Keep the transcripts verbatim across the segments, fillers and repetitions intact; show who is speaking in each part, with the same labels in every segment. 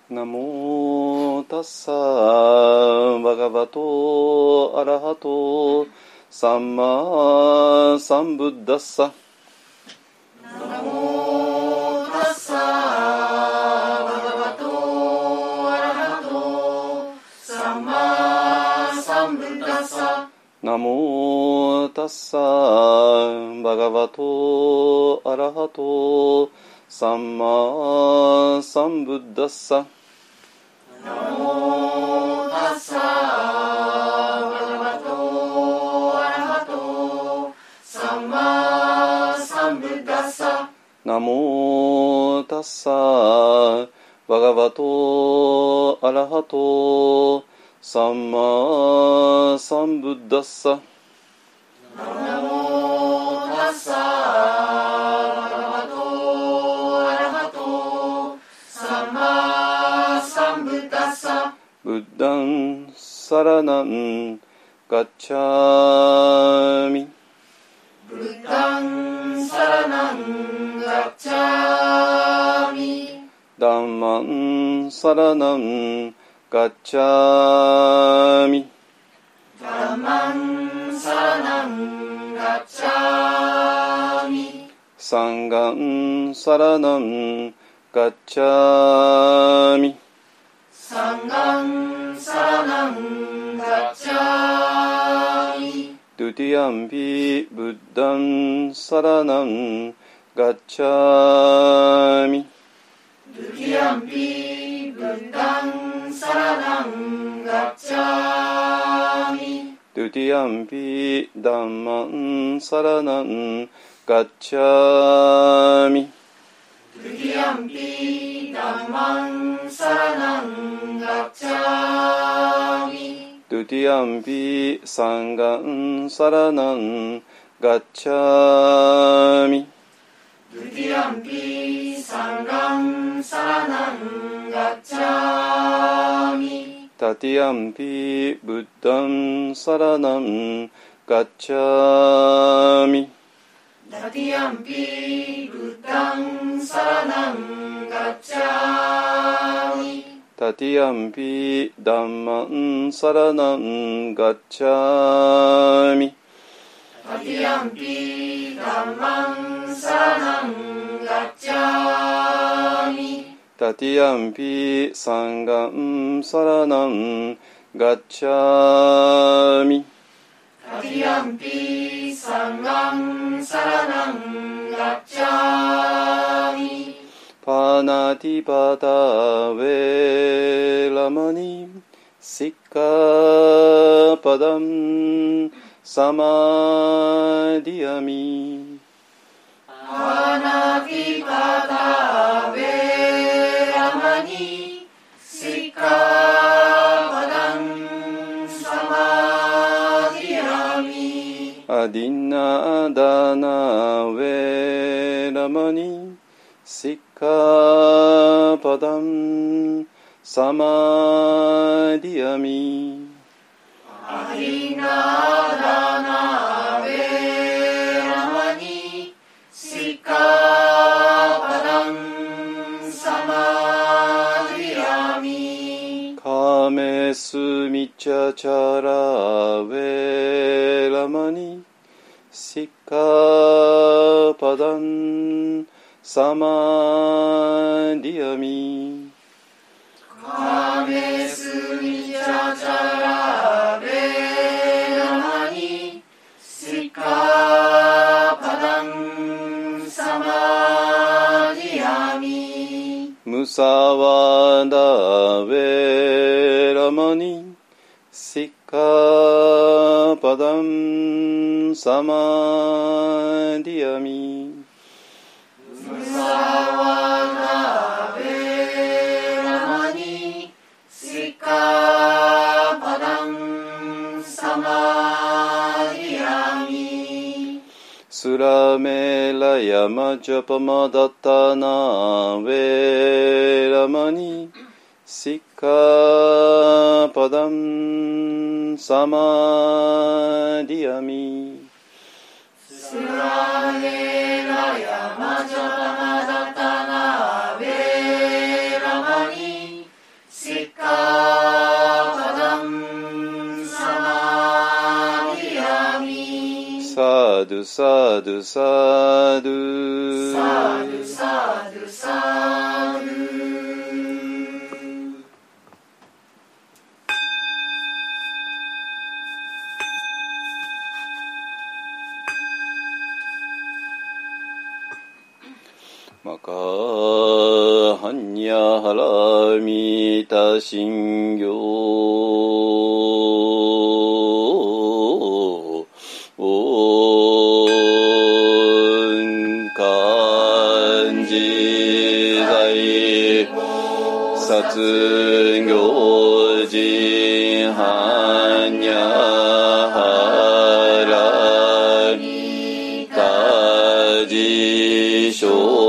Speaker 1: ナモタッサバガバトアラハトサンマサンブッダッサ。
Speaker 2: ナモタッサバガバトアラハトサンマサンブッダッサ。
Speaker 1: ナモタッサバガバトアラハトサンマサンブッダッサ。
Speaker 2: ナモタッサバガバトアラハトサンマサンブッダッサ。
Speaker 1: ナモタッサバガバトアラハトサンマサンブッダッサ。
Speaker 2: ナモタッサバガバトアラハトサンマサンブッダッサ。
Speaker 1: ブッダンサラナンガッチャミ。
Speaker 2: ブッダンサラナンガッチャミ。
Speaker 1: ダンマンサラナンガッチャミ。
Speaker 2: ダンマンサラナンガッチャミ。
Speaker 1: サンガンサラナンガッチャミ。
Speaker 2: サンガンサラナンガッチャミ。
Speaker 1: ドゥティアンピブッダンサラナンガッチャミ。
Speaker 2: ドゥティアンピブッダンサラナンガッチャミ。
Speaker 1: ドゥティアンピダンマンサラナンガッチャミ。
Speaker 2: ドゥティアンピダンマンサラナンガッチャミ。
Speaker 1: ドゥティアンピサンガンサラナンガッチャミ。
Speaker 2: ドゥティアンピサンガンサラナンガッチャミ。
Speaker 1: タティアンピブッダンサラナンガッチャミ。
Speaker 2: タティアンピブッダンサラナンガッチャミ。
Speaker 1: タティアンピダンマンサラナンガッチャミ。
Speaker 2: タティアンピダンマンサラナンガッチャミ。
Speaker 1: タティアンピサンガンサラナンガッチャミ。
Speaker 2: タティアンピサンガンサラナンガッチャミ。
Speaker 1: パナティパタウェラマニシッカパダンサマディアミ。
Speaker 2: パナティパタウェラマニシッカパダンサマディアミ。
Speaker 1: アディナダナウェラマニシッカパダンサマディアミ。
Speaker 2: アディナダナウェラマニシッカパダンサマディアミ。
Speaker 1: カメスミチャチャラウェラマニシッカパダンサマディアミ。
Speaker 2: カメスミチャチャラウェラマニシッカパダンサマディアミ。
Speaker 1: ムサワダウェラマニシッカパダンサマディアミ。
Speaker 2: ムサワダウェラマニシッカパダンサマディアミ。
Speaker 1: スラメラヤマジャパマダタナウェラマニシッカパダンサマディアミ。
Speaker 2: スラメラヤマジャパマダタナウェラマニ
Speaker 1: マカハンニャハラミタシンギョオンカンジザイサツギョジハンニャハラミタジショ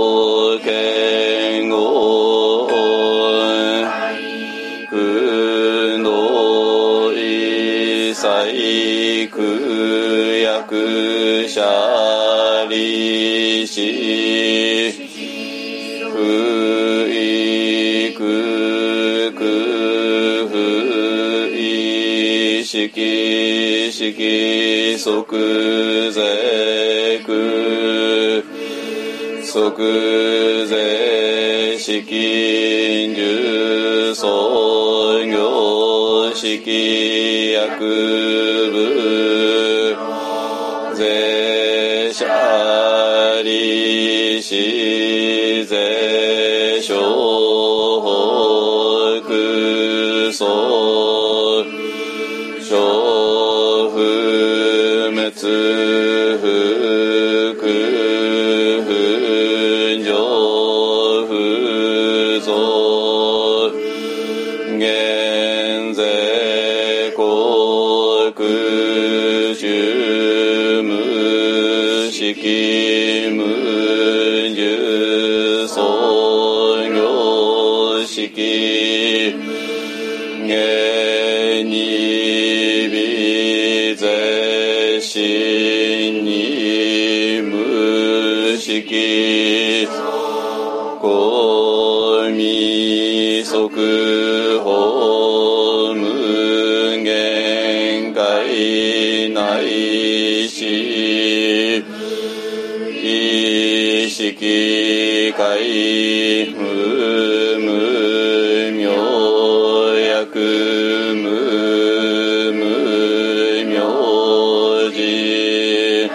Speaker 1: シャリシフイククフイシキシキ即税ク即税資金重創業式薬部税者利子税所得総諸不滅不空不上不増減税国主無式無重創業式下に微税心に無式公未即法無限界内し意識界無無明薬無無明示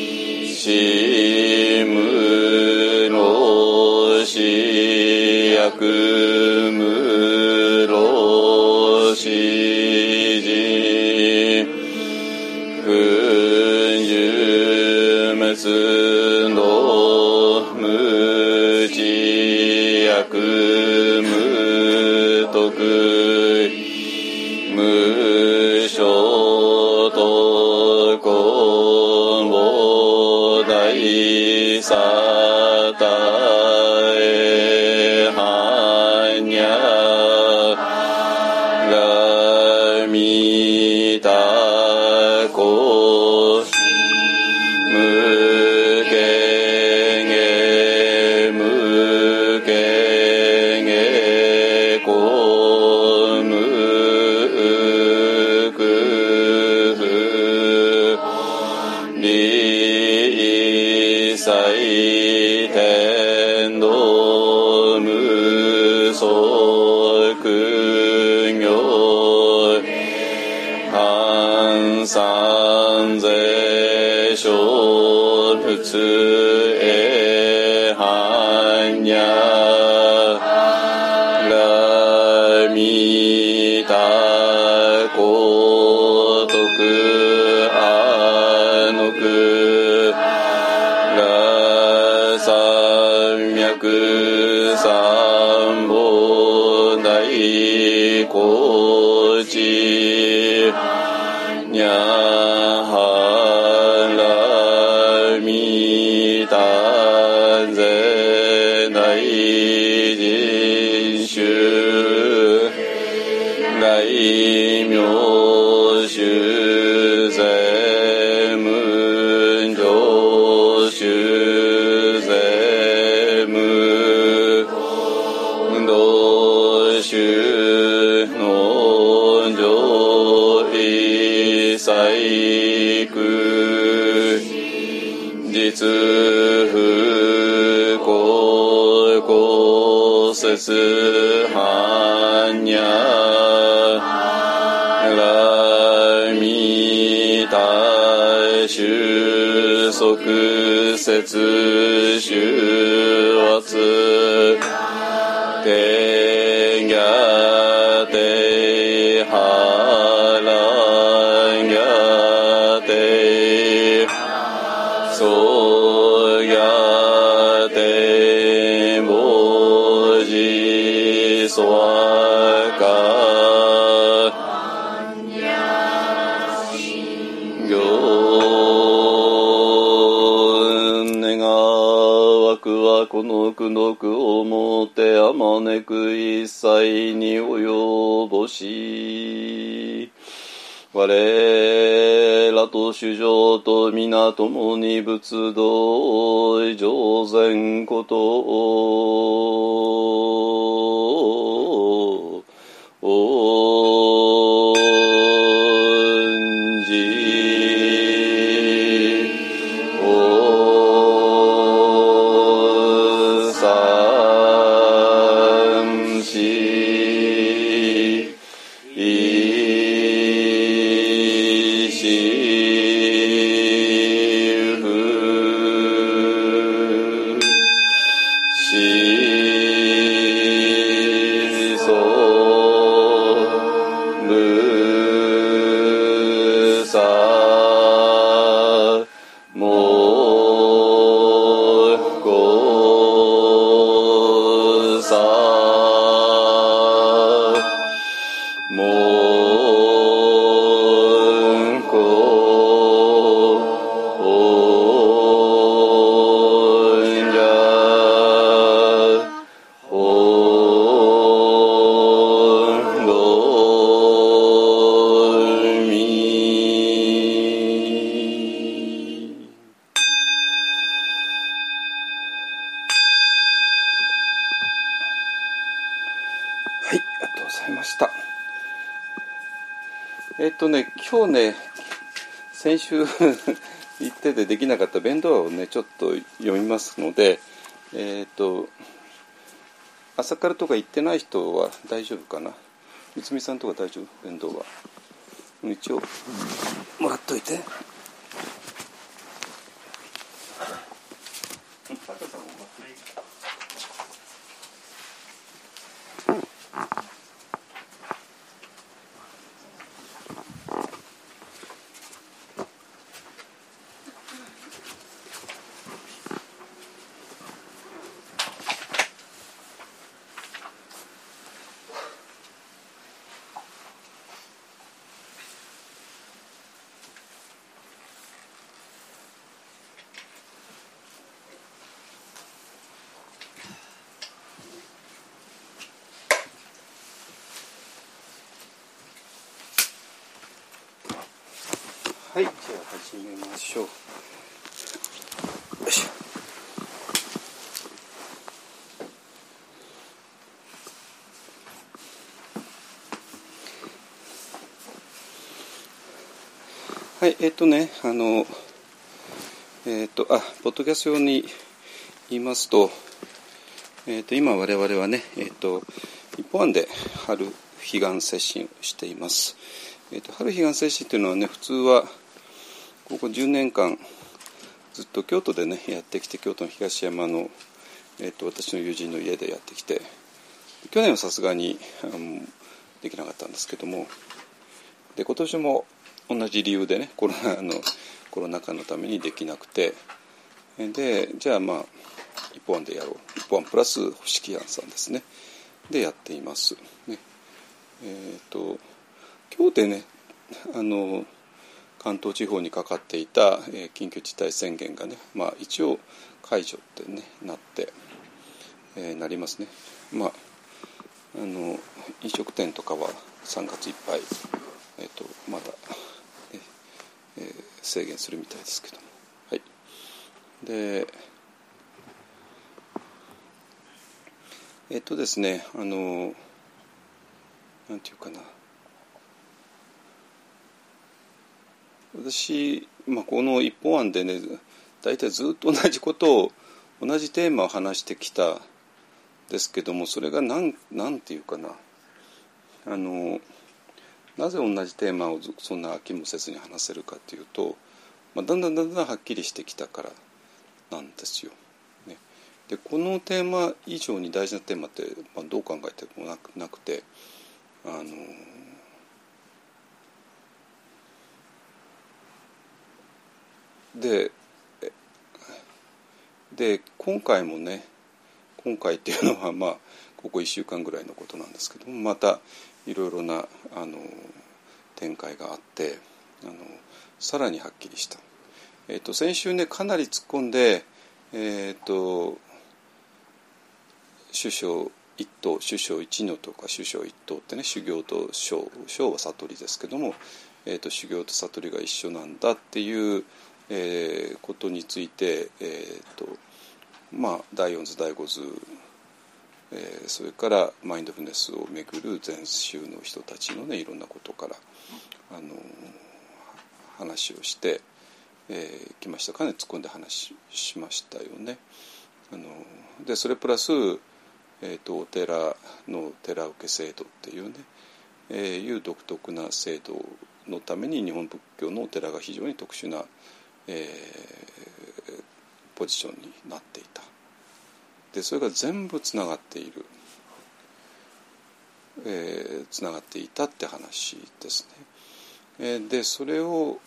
Speaker 1: 死無老死薬無老死時不十滅の無知薬無徳無所得根母大サタエハニャラミタコ無限へ無限へこ無空理祭天道無足業半三税小仏へ般若ラミタコ徳阿の句ラ三脈三宝大高知にゃはらみたぜ大人衆大名衆税無常衆税無道衆の上位細工実不公公説般若ラミタ収束説修圧つてぎゃてはらぎゃてそぎゃてぼじそわかこの苦毒をもってあまねく一切に及ぼし我らと主情と皆共に仏道上善ことを恩じ今日ね、先週言っててできなかった弁当をねちょっと読みますので、えっと朝からとか行ってない人は大丈夫かな。三つみさんとか大丈夫？弁当は一応もらっといて。はい、じゃあ始めましょう。よいしょ。はい、えっとね、あの、えっと、あ、ポッドキャスト用に言いますと、えっと、今我々はね、えっと、一方案で春彼岸接心をしています。えっと、春彼岸接心というのはね、普通はここじゅうねんかんずっと京都でねやってきて、京都の東山の、えー、と私の友人の家でやってきて、去年はさすがにあのできなかったんですけども、で今年も同じ理由でねコロナのコロナ禍のためにできなくて、でじゃあまあ一本案でやろう、一本案プラス星木庵さんですねでやっています、ね。えっ、ー、と今日でねあの関東地方にかかっていた、えー、緊急事態宣言がね、まあ、一応解除って、ね、なって、えー、なりますね。まあ、あの飲食店とかはさんがついっぱい、えー、とまだ、ねえー、制限するみたいですけども、はい、でえっ、ー、とですねあのなんていうかな、私、まあ、この一本案でね大体ずっと同じことを同じテーマを話してきたんですけども、それがなんなんていうかな、あのなぜ同じテーマをそんな飽きもせずに話せるかというと、まあ、だんだんだんだんはっきりしてきたからなんですよ、ね。 でこのテーマ以上に大事なテーマって、まあ、どう考えてもなく、なくてあのでで今回もね今回っていうのはまあここいっしゅうかんぐらいのことなんですけども、またいろいろなあの展開があってあのさらにはっきりした、えー、と先週ねかなり突っ込んで、えー、と首相一等首相一のとか首相一等ってね修行と小小は悟りですけども、えー、と修行と悟りが一緒なんだっていう、えー、ことについて、えーとまあ、第四図第五図、えー、それからマインドフルネスをめぐる禅宗の人たちのねいろんなことからあの話をしてき、えー、ましたかね突っ込んで話しましたよね。あのでそれプラス、えー、とお寺の寺受け制度っていうね、えー、いう独特な制度のために日本仏教のお寺が非常に特殊な、えー、ポジションになっていた。でそれが全部つながっている、えー、つながっていたって話ですね。えー、でそれを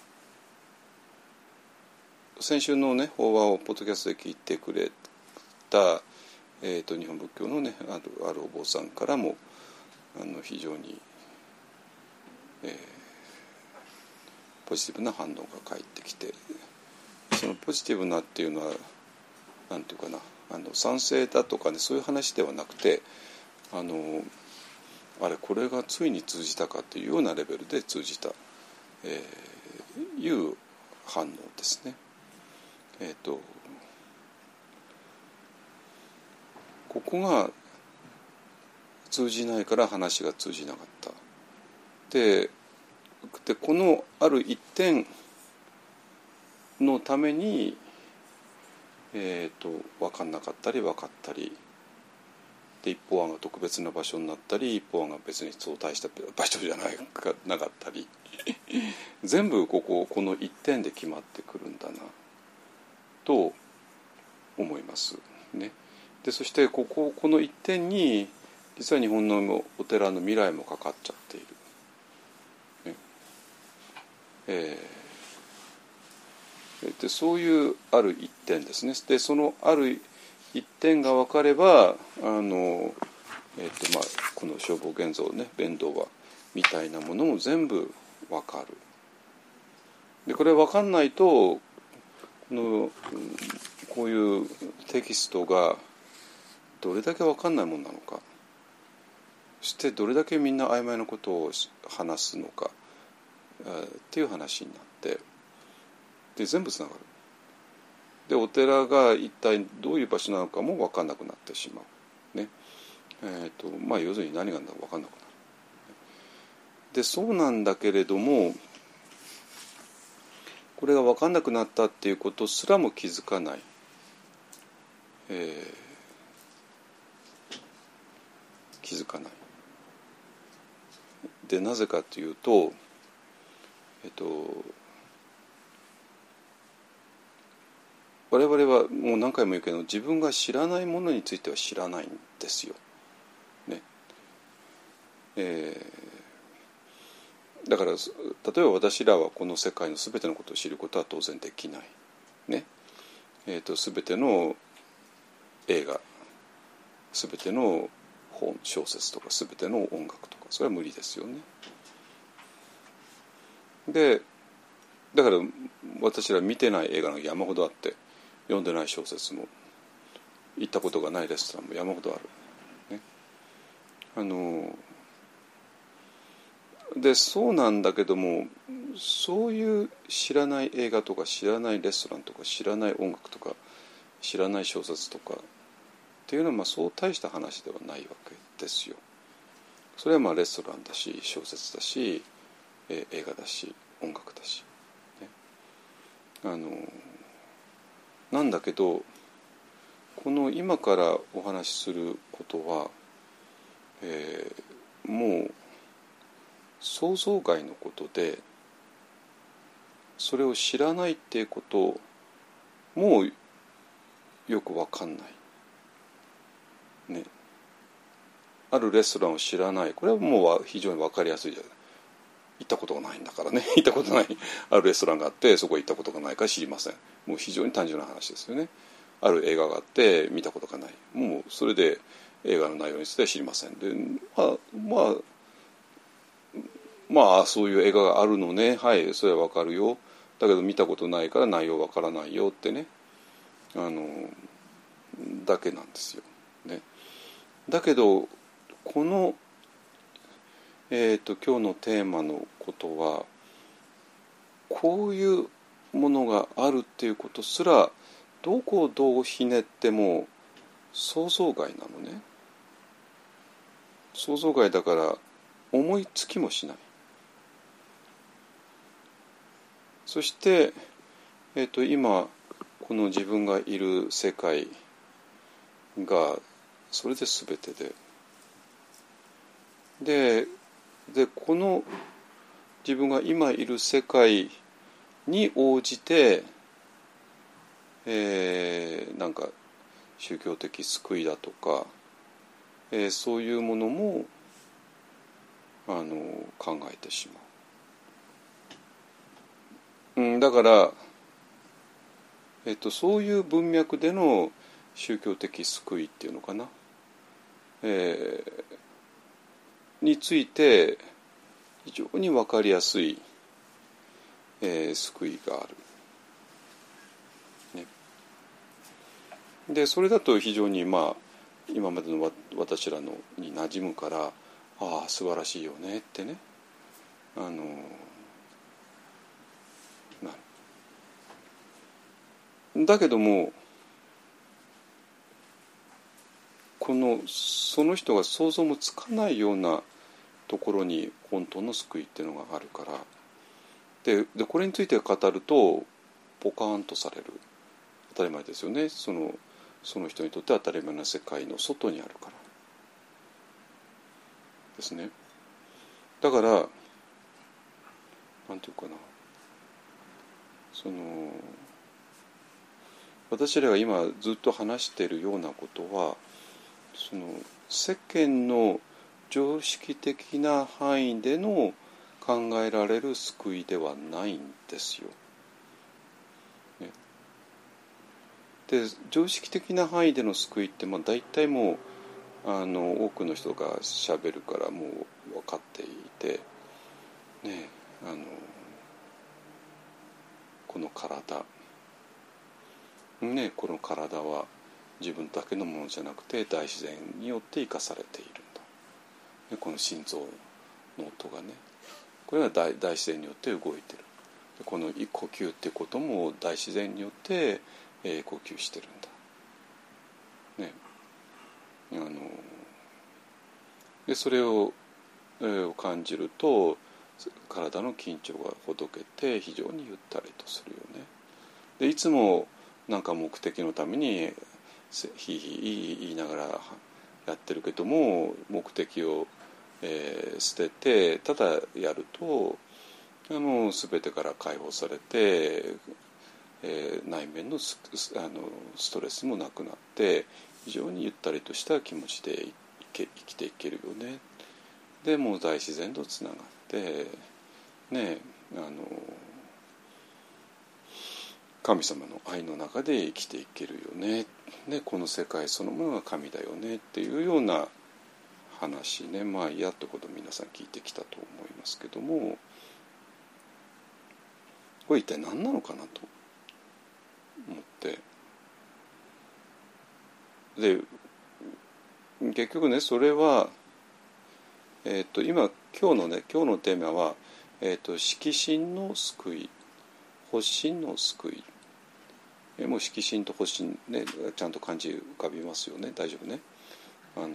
Speaker 1: 先週のね法話をポッドキャストで聞いてくれた、えー、と日本仏教のねある、あるお坊さんからもあの非常に、えー、ポジティブな反応が返ってきて、そのポジティブなっていうのはなんていうかなあの賛成だとかねそういう話ではなくてあのあれこれがついに通じたかというようなレベルで通じた、えー、いう反応ですね。えーとここが通じないから話が通じなかった。で、でこのある一点のために、えーと、分かんなかったり分かったりで一方案が特別な場所になったり一方案が別にそう大した場所じゃないかなかったり全部こここの一点で決まってくるんだなと思いますね。でそしてこここの一点に実は日本のお寺の未来もかかっちゃっている、ねえー、でそういうある一点ですね。でそのある一点が分かればあの、えーとまあ、この消防現像ね弁道はみたいなものも全部分かる。でこれ分かんないとこのこういうテキストがどれだけ分かんないものなのか、そしてどれだけみんな曖昧なことを話すのかっていう話になってで全部つながる。でお寺が一体どういう場所なのかも分かんなくなってしまう、ねえーとまあ、要するに何が何だか分かんなくなる。でそうなんだけれどもこれが分かんなくなったっていうことすらも気づかない、えー気づかない。でなぜかというと、えっと、我々はもう何回も言うけど自分が知らないものについては知らないんですよ。ねえー、だから例えば私らはこの世界の全てのことを知ることは当然できない。ねえーと、全ての映画全ての本小説とか全ての音楽とかそれは無理ですよね。でだから私ら見てない映画が山ほどあって読んでない小説も行ったことがないレストランも山ほどある、ね、あのでそうなんだけどもそういう知らない映画とか知らないレストランとか知らない音楽とか知らない小説とかっていうのはまあそう大した話ではないわけですよ。それはまあレストランだし小説だし、えー、映画だし音楽だし、ね、あのなんだけどこの今からお話しすることは、えー、もう想像外のことでそれを知らないっていうこともよく分かんない。 ね、あるレストランを知らない、これはもう非常に分かりやすいじゃない。行ったことがないんだからね行ったことないあるレストランがあって、そこ行ったことがないから知りません。もう非常に単純な話ですよね。ある映画があって見たことがない、もうそれで映画の内容については知りません。でまあまあまあそういう映画があるのね、はい、それは分かるよ、だけど見たことないから内容分からないよってね、あのだけなんですよ、ね。だけどこのえーと、今日のテーマのことは、こういうものがあるっていうことすらどこをどうひねっても想像外なのね。想像外だから思いつきもしない。そして、えーと、今この自分がいる世界がそれで全てで、ででこの自分が今いる世界に応じて、えー、なんか宗教的救いだとか、えー、そういうものもあの考えてしまう、うん、だから、えーと、そういう文脈での宗教的救いっていうのかな、えー、について非常に分かりやすい、えー、救いがある、ね。でそれだと非常にまあ今までの私らのに馴染むから、ああ素晴らしいよねってね、あのなる。だけどもこのその人が想像もつかないようなところに本当の救いっていうのがあるから、ででこれについて語るとポカーンとされる。当たり前ですよね。そのその人にとって当たり前な世界の外にあるからですね。だからなんていうかな、その私らが今ずっと話しているようなことは、その世間の常識的な範囲での考えられる救いではないんですよ。ね、で常識的な範囲での救いって、まあ、大体もうあの多くの人がしゃべるからもう分かっていて、ね、あのこの体、ね、この体は自分だけのものじゃなくて大自然によって生かされているんだ。でこの心臓の音がね、これは 大, 大自然によって動いてる。でこの呼吸っていうことも大自然によって、えー、呼吸してるんだ。ね、あのでそれを、えー、感じると体の緊張がほどけて非常にゆったりとするよね。でいつもなんか目的のためにひいひい言いながらやってるけども、目的を、えー、捨ててただやるとあの全てから解放されて、えー、内面の ス, あのストレスもなくなって非常にゆったりとした気持ちで生きていけるよね。でもう大自然とつながってね、あの神様の愛の中で生きていけるよね、ね、この世界そのものが神だよねっていうような話ね、まあやっとこと皆さん聞いてきたと思いますけども、これ一体何なのかなと思って、で結局ねそれは、えー、と今今日のね今日のテーマは、えー、と色心の救い、発心の救い。もう色心と発心ね、ちゃんと漢字浮かびますよね。大丈夫ね。あの、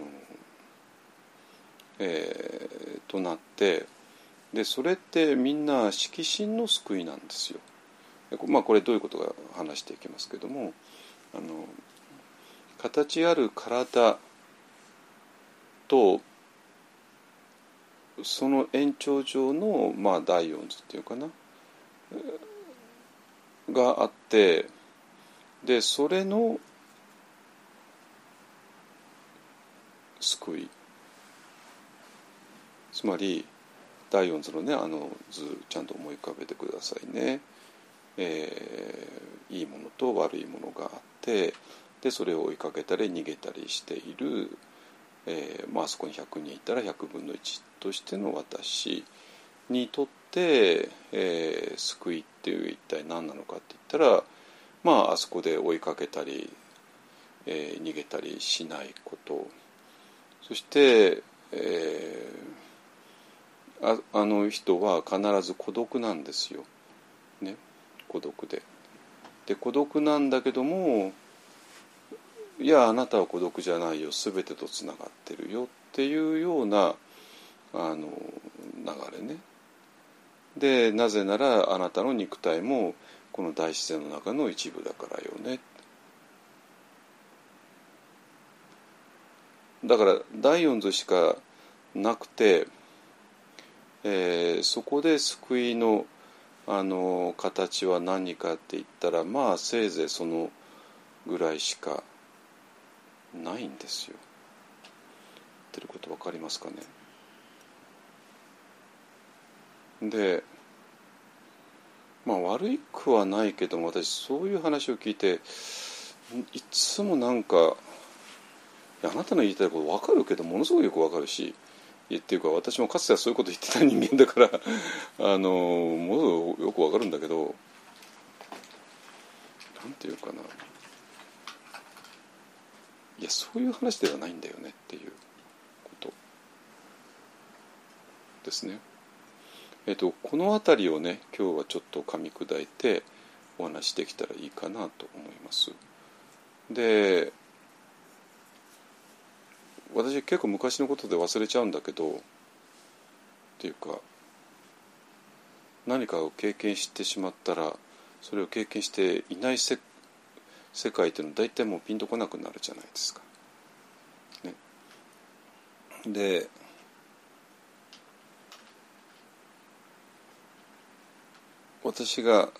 Speaker 1: えー、となって、でそれってみんな色心の救いなんですよ。まあこれどういうことか話していきますけども、あの形ある体とその延長上の、まあ、第四図っていうかながあって、でそれの救い、つまり第四図のね、あの図ちゃんと思い浮かべてくださいね。えー、いいものと悪いものがあって、でそれを追いかけたり逃げたりしている、えーまあ、あそこにひゃくにんいたらひゃくぶんのいちとしての私にとって、えー、救いっていう一体何なのかって言ったら、まああそこで追いかけたり、えー、逃げたりしないこと、そして、えー、あ, あの人は必ず孤独なんですよ、ね、孤独で。で孤独なんだけども、いやあなたは孤独じゃないよ、全てとつながってるよっていうようなあの流れね。でなぜならあなたの肉体もこの大自然の中の一部だからよね。だから第四図しかなくて、えー、そこで救いのあの形は何かって言ったら、まあせいぜいそのぐらいしかないんですよ。言ってること分かりますかね。でまあ悪いくはないけども、私そういう話を聞いていつもなんか、いやあなたの言いたいこと分かるけどものすごくよく分かるし、っていうか私もかつてはそういうこと言ってた人間だからあのものすごくよく分かるんだけど、なんていうかな、いやそういう話ではないんだよねっていうことですね。えっとこのあたりをね今日はちょっと噛み砕いてお話しできたらいいかなと思います。で私結構昔のことで忘れちゃうんだけど、っていうか何かを経験してしまったらそれを経験していないせ世界っていうのは大体もうピンとこなくなるじゃないですか、ね、で私が、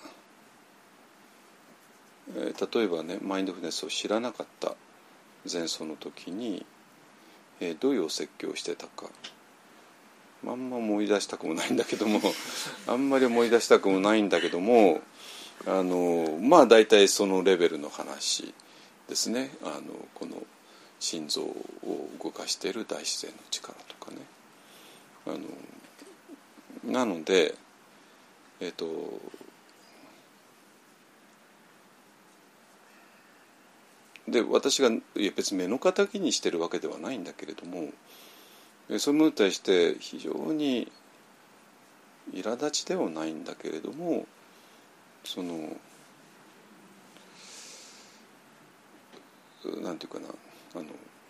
Speaker 1: えー、例えばねマインドフルネスを知らなかった前奏の時に、えー、どういうお説教をしてたかあんま思い出したくもないんだけどもあんまり思い出したくもないんだけども、あのまあ大体そのレベルの話ですね。あのこの心臓を動かしている大自然の力とかね。あのなのでえっとで私がいや別に目の敵にしてるわけではないんだけれども、そういうものに対して非常に苛立ちではないんだけれども、そのなんていうかな、あの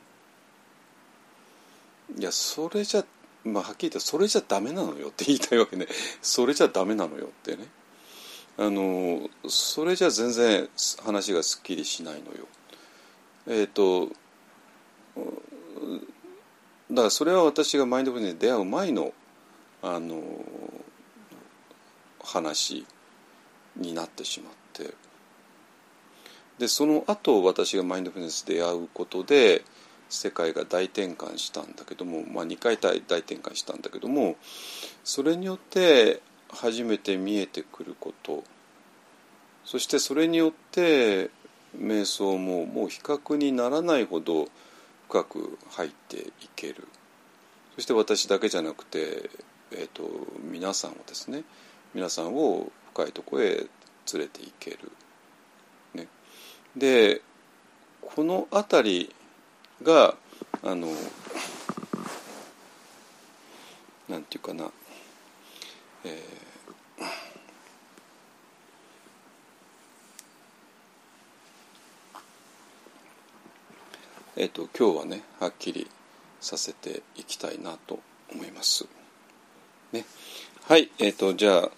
Speaker 1: いやそれじゃ、まあ、はっきり言ってそれじゃダメなのよって言いたいわけね。それじゃダメなのよってね。あのそれじゃ全然話がすっきりしないのよ。えっとだからそれは私がマインドフルネスに出会う前のあの話になってしまって、でその後私がマインドフルネスで出会うことで世界が大転換したんだけども、まあ、にかい大転換したんだけども、それによって初めて見えてくること、そしてそれによって瞑想ももう比較にならないほど深く入っていける。そして私だけじゃなくて、えーと、皆さんをですね皆さんを深いところへ連れていける、ね、でこのあたりがあのなんていうかな、えーえーと、今日はねはっきりさせていきたいなと思います、ね、はい。えーとじゃあ、あ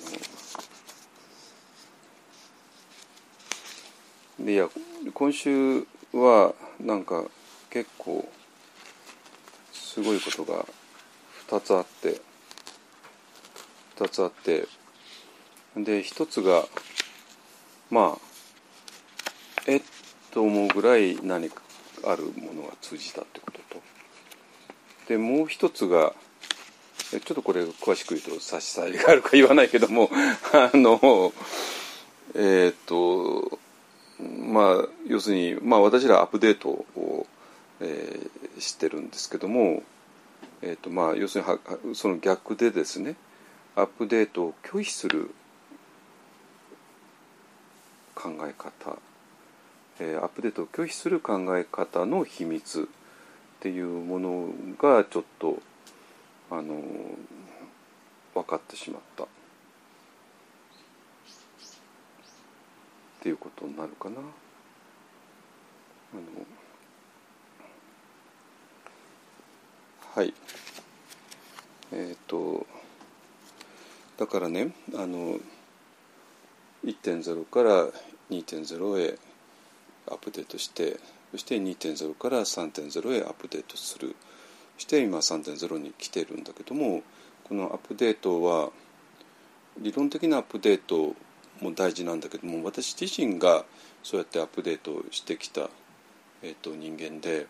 Speaker 1: のでいや今週はなんか結構すごいことがふたつあってふたつあってでひとつがまあえっと思うぐらい何かあるものが通じたってことと、 でもう一つがちょっとこれ詳しく言うと差し障りがあるか言わないけどもあのえっ、ー、とまあ要するに、まあ、私らアップデートを、えー、してるんですけども、えーとまあ、要するにはその逆でですね、アップデートを拒否する考え方、えー、アップデートを拒否する考え方の秘密っていうものがちょっとあの分かってしまったっていうことになるかな。あのはいえっ、ー、とだからね、あの いってんゼロ から にてんゼロ へアップデートして、そして にてんゼロ から さんてんゼロ へアップデートする、そして今 さんてんゼロ に来てるんだけども、このアップデートは理論的なアップデートも大事なんだけども、私自身がそうやってアップデートしてきた、えー、と人間で、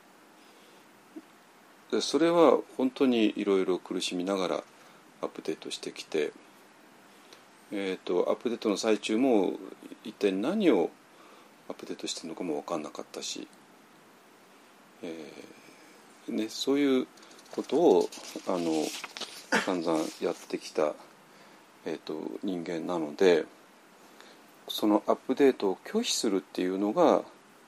Speaker 1: でそれは本当にいろいろ苦しみながらアップデートしてきて、えー、とアップデートの最中も一体何をアップデートしてるのかも分かんなかったし、えーね、そういうことをあの散々やってきた、えー、と人間なので、そのアップデートを拒否するっていうのが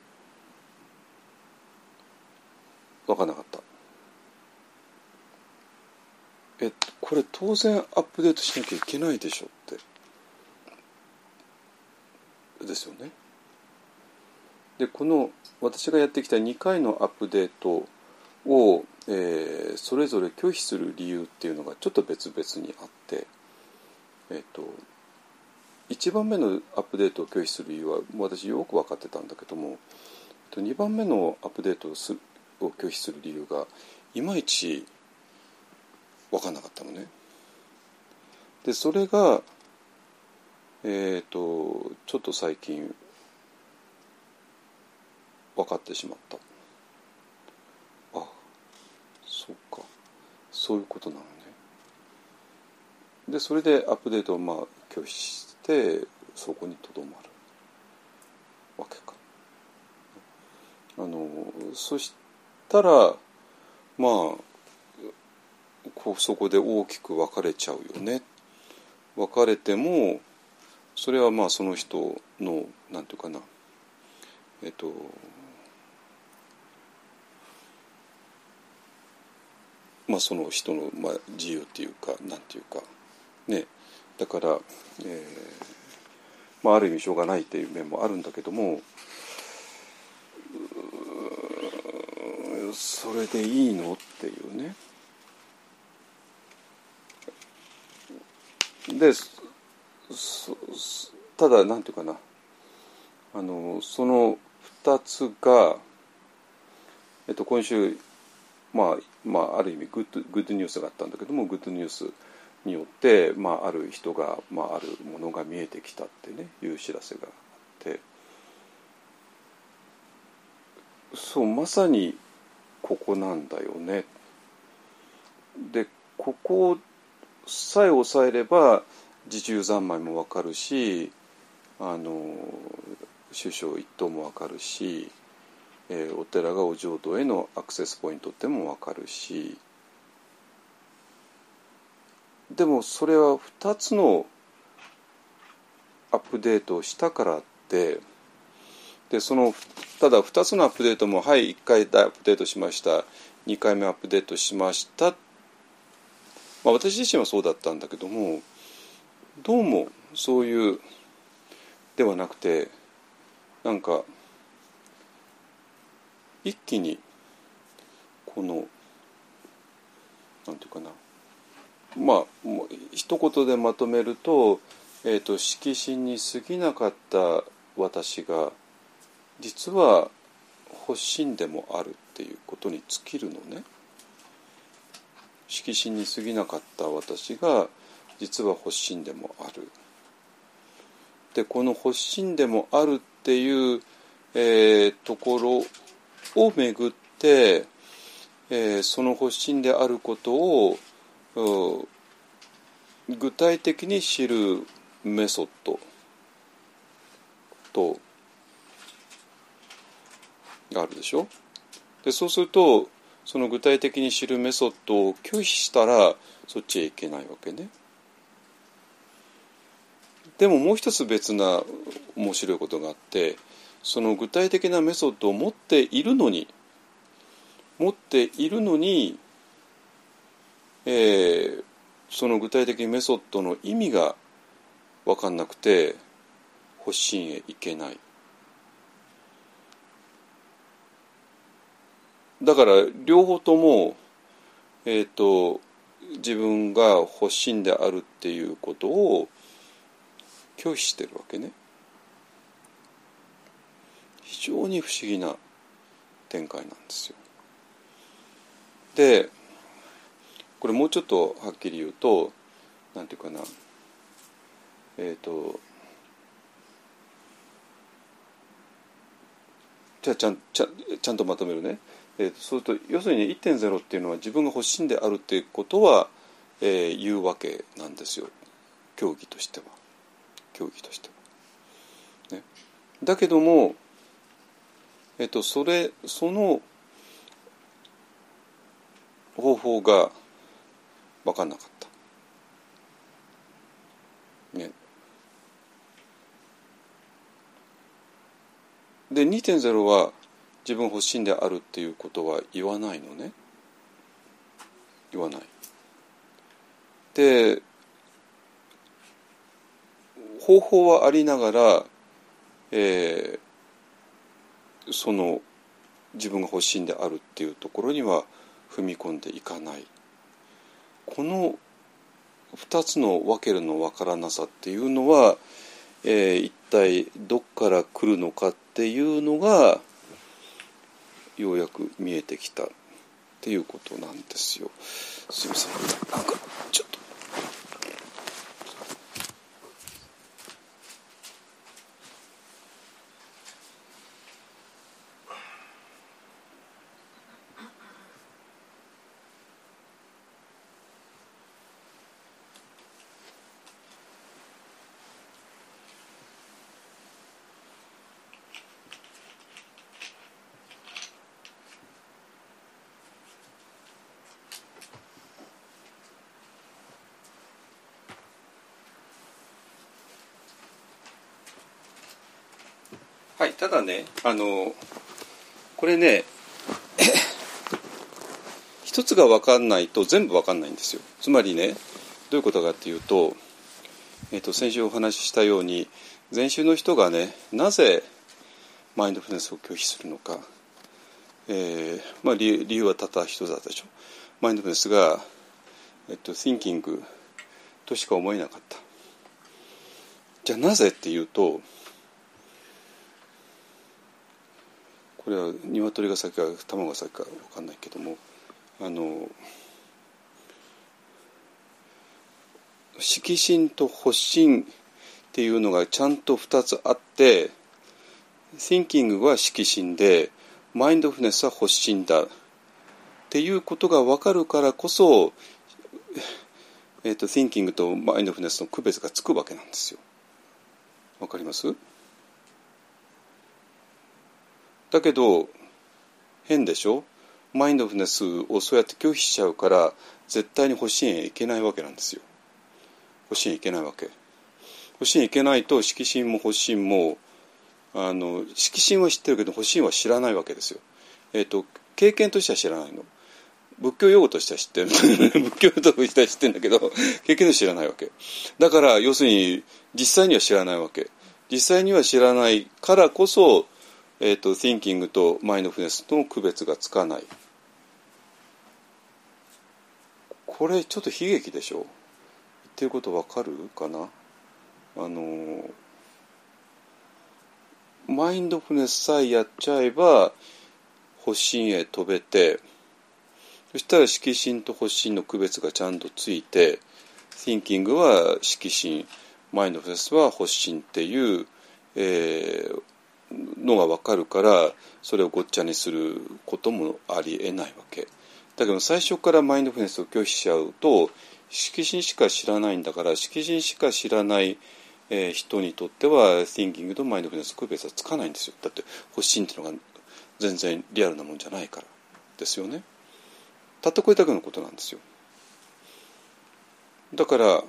Speaker 1: 分からなかった。えこれ当然アップデートしなきゃいけないでしょってですよね。でこの私がやってきたにかいのアップデートを、えー、それぞれ拒否する理由っていうのがちょっと別々にあって、えーと、いちばんめのアップデートを拒否する理由は私よく分かってたんだけども、にばんめのアップデートをすを拒否する理由がいまいち分かんなかったのね。でそれが、えーと、ちょっと最近分かってしまった。あ、そうか、そういうことなのね。でそれでアップデートをまあ拒否してそこにとどまるわけか。あのそしたらまあこうそこで大きく分かれちゃうよね。分かれてもそれはまあその人のなんていうかな、えっとまあその人のまあ自由っていうかなんていうかね、だから、えーまあ、ある意味しょうがないっていう面もあるんだけども、それでいいのっていうね。でただなんていうかな、あのそのふたつが、えっと、今週、まあまあ、ある意味グッド、グッドニュースがあったんだけども、グッドニュースによって、まあ、ある人が、まあ、あるものが見えてきたってねいう知らせがあって、そうまさにここなんだよね。でここさえ抑えれば自重三昧も分かるし、あの首相一党も分かるし、えー、お寺がお浄土へのアクセスポイントっても分かるし、でもそれはふたつのアップデートをしたからって、でそのただふたつのアップデートもはいいっかいアップデートしました、にかいめアップデートしました、まあ、私自身はそうだったんだけども、どうもそういうではなくて、なんか一気にこのなんていうかな、まあ一言でまとめると、えーと、色心に過ぎなかった私が実は発心でもあるっていうことに尽きるのね。色心に過ぎなかった私が実は発心でもある。でこの発心でもあるっていう、えー、ところをめぐって、ええー、その発心であることを具体的に知るメソッドとがあるでしょ。でそうするとその具体的に知るメソッドを拒否したらそっちへ行けないわけね。でももう一つ別な面白いことがあって、その具体的なメソッドを持っているのに持っているのに、えー、その具体的メソッドの意味が分かんなくて発心へ行けない。だから両方とも、えーと、自分が発心であるっていうことを拒否してるわけね。非常に不思議な展開なんですよ。でこれもうちょっとはっきり言うと、なんていうかな、えっとじゃあちゃんちゃちゃんとまとめるね。えー、とそうすると要するに いってんゼロ っていうのは自分が発心であるっていうことは、えー、言うわけなんですよ、教義としては。教義としては、ね、だけども、えー、とそれその方法が分かんなかった、ね、で にてんゼロ は自分発心であるっていうことは言わないのね。言わない。で方法はありながら、えー、その自分が発心であるっていうところには踏み込んでいかない。このふたつの分けるの分からなさっていうのは、えー、一体どっから来るのかっていうのがようやく見えてきたっていうことなんですよ。すいません、なんかちょっとはい、ただね、あのこれね一つが分かんないと全部分かんないんですよ。つまりね、どういうことかっていうと、えーと、先週お話ししたように前週の人がね、なぜマインドフルネスを拒否するのか、えーまあ、理, 理由はたった一つだったでしょ。マインドフルネスが、えーと、Thinking としか思えなかった。じゃあなぜっていうと、これは鶏が先か卵が先か分かんないけども、あの色心と発心っていうのがちゃんとふたつあって、Thinking は色心でマインドフルネスは発心だっていうことが分かるからこそ、えーと、Thinking とマインドフルネスの区別がつくわけなんですよ。分かります？だけど変でしょ。マインドフルネスをそうやって拒否しちゃうから絶対に発心へ行けないわけなんですよ。発心へ行けないわけ。発心へ行けないと色心も発心も、あの色心は知ってるけど発心は知らないわけですよ。えーと、経験としては知らないの。仏教用語としては知ってる仏教用語としては知ってるんだけど経験としては知らないわけだから、要するに実際には知らないわけ。実際には知らないからこそ、えーと、Thinking とマインドフルネスとの区別がつかない。これちょっと悲劇でしょ。言ってることわかるかな。あのマインドフルネスさえやっちゃえば発心へ飛べて、そしたら色心と発心の区別がちゃんとついて、 Thinking は色心、マインドフルネスは発心っていう、えー、のが分かるから、それをごっちゃにすることもありえないわけだけど最初からマインドフルネスを拒否しちゃうと、色人しか知らないんだから、色人しか知らない、えー、人にとっては Thinking とマインドフルネス区別はつかないんですよ。だって発心っていうのが全然リアルなもんじゃないからですよね。たったこれだけのことなんですよ。だからなん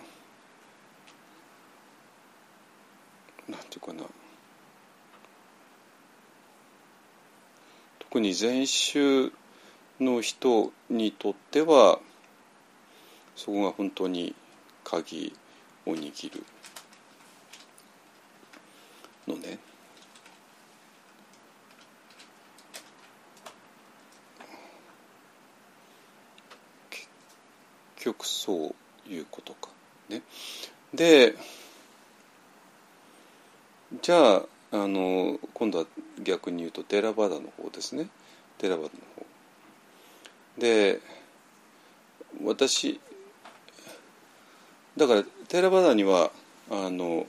Speaker 1: ていうかな、特に禅宗の人にとってはそこが本当に鍵を握るのね。結局そういうことかね。で、じゃあ、あの今度は逆に言うとテーラバダの方ですね。テーラバダの方で、私だからテーラバダにはあの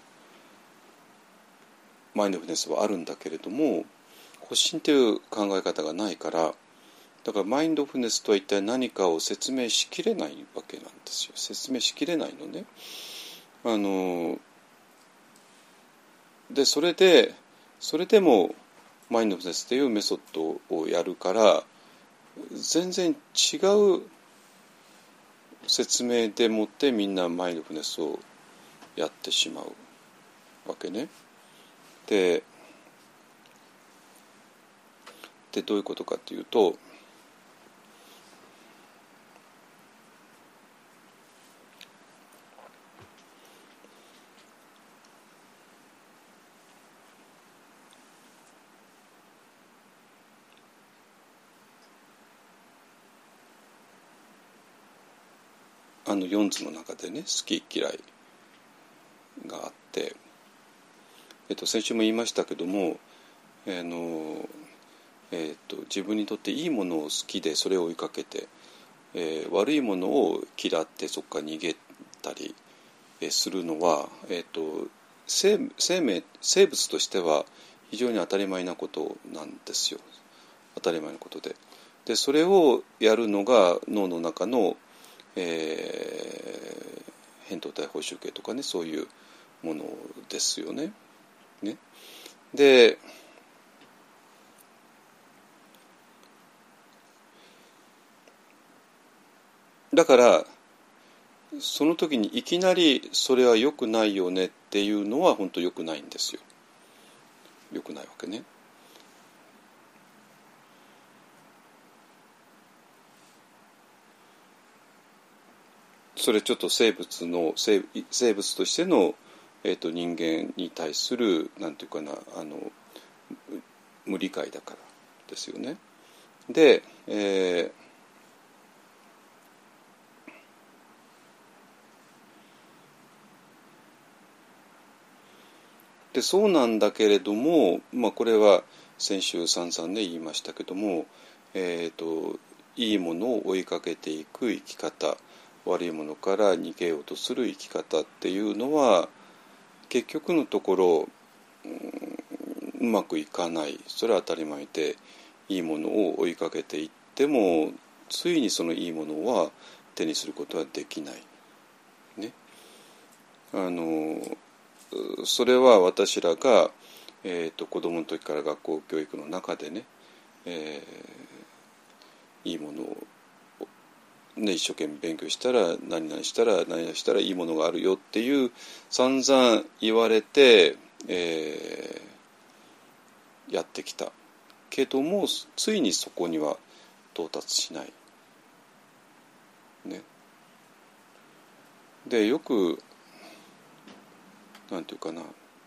Speaker 1: マインドフルネスはあるんだけれども、発心という考え方がないから、だからマインドフルネスとは一体何かを説明しきれないわけなんですよ。説明しきれないのね。あのでそれでそれでもマインドフルネスというメソッドをやるから、全然違う説明でもってみんなマインドフルネスをやってしまうわけね。で、でどういうことかというと、あのよんつの中でね、好き嫌いがあって、えっと、先週も言いましたけども、あのえっと、自分にとっていいものを好きでそれを追いかけて、えー、悪いものを嫌ってそこから逃げたり、えー、するのは、えっと、生, 生命生物としては非常に当たり前なことなんですよ。当たり前のことで。でそれをやるのが脳の中のえー、扁桃体報酬系とかね、そういうものですよね。ねでだからその時にいきなりそれは良くないよねっていうのは本当良くないんですよ。良くないわけね。それちょっと生物の 生, 生物としての、えー、と人間に対するなんていうかな、あの無理解だからですよね。で、えー、でそうなんだけれども、まあ、これは先週散々で言いましたけども、えー、といいものを追いかけていく生き方、悪いものから逃げようとする生き方っていうのは結局のところ、うん、うまくいかない。それは当たり前で、いいものを追いかけていってもついにそのいいものは手にすることはできない、ね、あのそれは私らが、えーと、子供の時から学校教育の中でね、えー、いいものをね、一生懸命勉強したら何々したら何々したらいいものがあるよっていう散々言われて、えー、やってきたけども、ついにそこには到達しない、ね、でよくなんていうかな、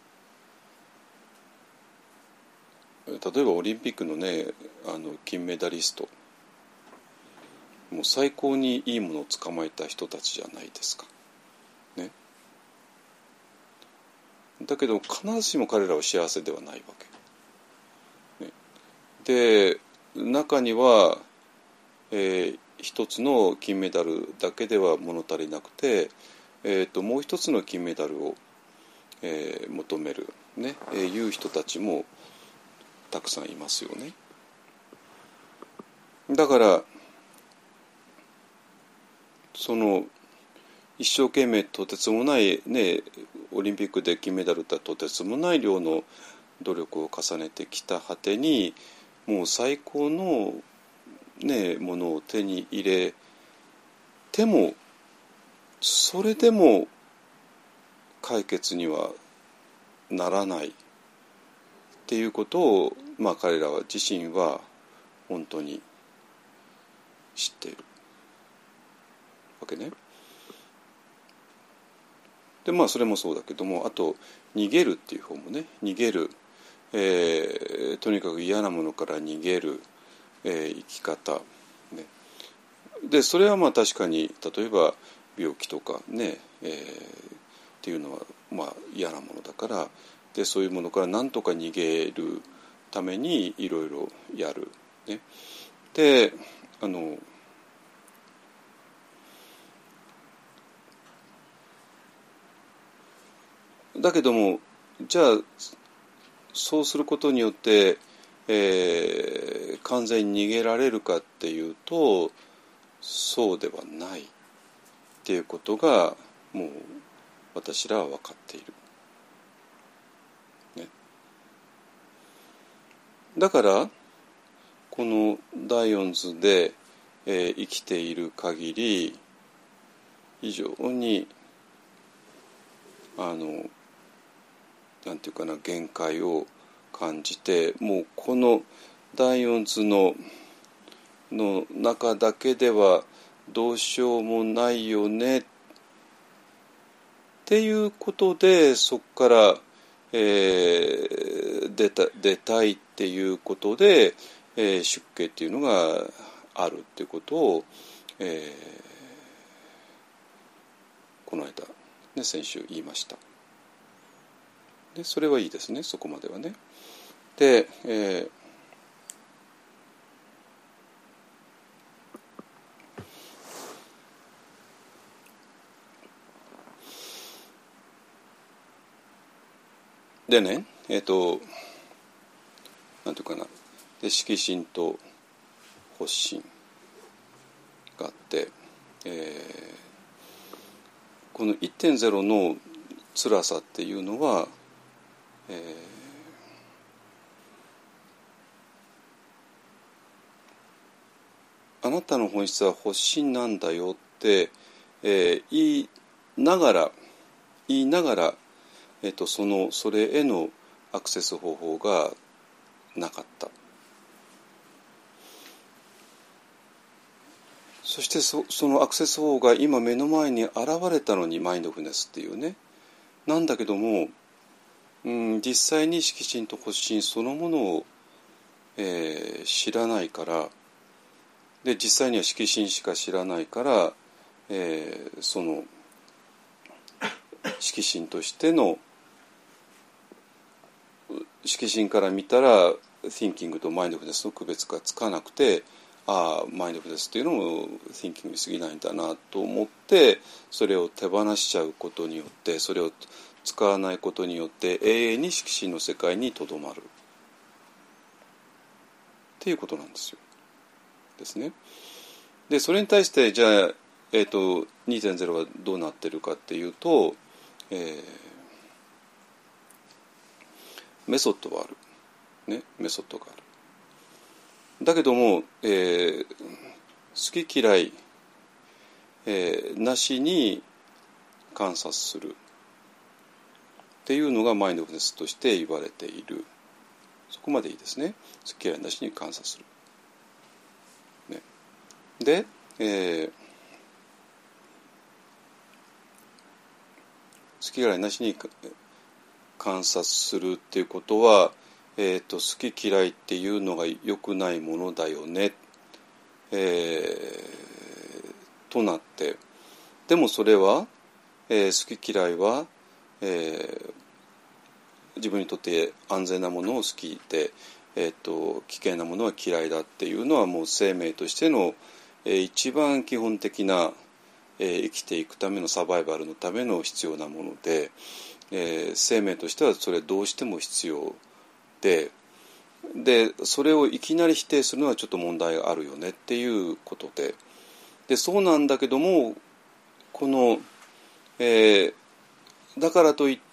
Speaker 1: 例えばオリンピックのね、あの金メダリスト、もう最高にいいものを捕まえた人たちじゃないですか、ね、だけど必ずしも彼らは幸せではないわけ、ね、で中には、えー、一つの金メダルだけでは物足りなくて、えー、ともう一つの金メダルを、えー、求める、ねえー、いう人たちもたくさんいますよね。だからその一生懸命とてつもないね、オリンピックで金メダルだとてつもない量の努力を重ねてきた果てにもう最高の、ね、ものを手に入れてもそれでも解決にはならないっていうことを、まあ、彼らは自身は本当に知っているわけね。でまあそれもそうだけども、あと逃げるっていう方もね、逃げる、えー、とにかく嫌なものから逃げる、えー、生き方、ね、でそれはまあ確かに例えば病気とかね、えー、っていうのはまあ嫌なものだから、でそういうものから何とか逃げるためにいろいろやる、ね、であのだけどもじゃあそうすることによって、えー、完全に逃げられるかっていうとそうではないっていうことがもう私らは分かっている、ね、だからこのダイオンズで、えー、生きている限り非常にあのなんていうかな限界を感じて、もうこのダイオンズのの中だけではどうしようもないよねっていうことでそこから、えー、出た出たいっていうことで、えー、出家っていうのがあるっていうことを、えー、この間、ね、先週言いました。でそれはいいですね、そこまではね。で、えー、でね、えっ、ー、となんていうかな、で色心と発心があって、えー、この いってんゼロ の辛さっていうのは、えー、あなたの本質は発心なんだよって、えー、言いながら言いながら、えーと、そのそれへのアクセス方法がなかった。そして そ, そのアクセス方法が今目の前に現れたのにマインドフルネスっていうね、なんだけども、うん、実際に色心と発心そのものを、えー、知らないから、で実際には色心しか知らないから、えー、その色心としての色心から見たら Thinking とマインドフルネスの区別がつかなくて、ああマインドフルネスっていうのも Thinking に過ぎないんだなと思ってそれを手放しちゃうことによって、それを使わないことによって永遠に色心の世界にとどまるっていうことなんですよ。ですね。でそれに対してじゃあ、えーと、にてんゼロ はどうなってるかっていうと、えー、メソッドはある、ね、メソッドがある。だけども、えー、好き嫌い、えー、なしに観察するっていうのがマインドフルネスとして言われている。そこまでいいですね。好き嫌いなしに観察する、ね、で、えー、好き嫌いなしに観察するっていうことは、えーと、好き嫌いっていうのが良くないものだよね、えー、となって、でもそれは、えー、好き嫌いは、えー、自分にとって安全なものを好きで、えーと、危険なものは嫌いだっていうのはもう生命としての、えー、一番基本的な、えー、生きていくためのサバイバルのための必要なもので、えー、生命としてはそれどうしても必要で、でそれをいきなり否定するのはちょっと問題があるよねっていうことで、でそうなんだけどもこの、えー、だからといって、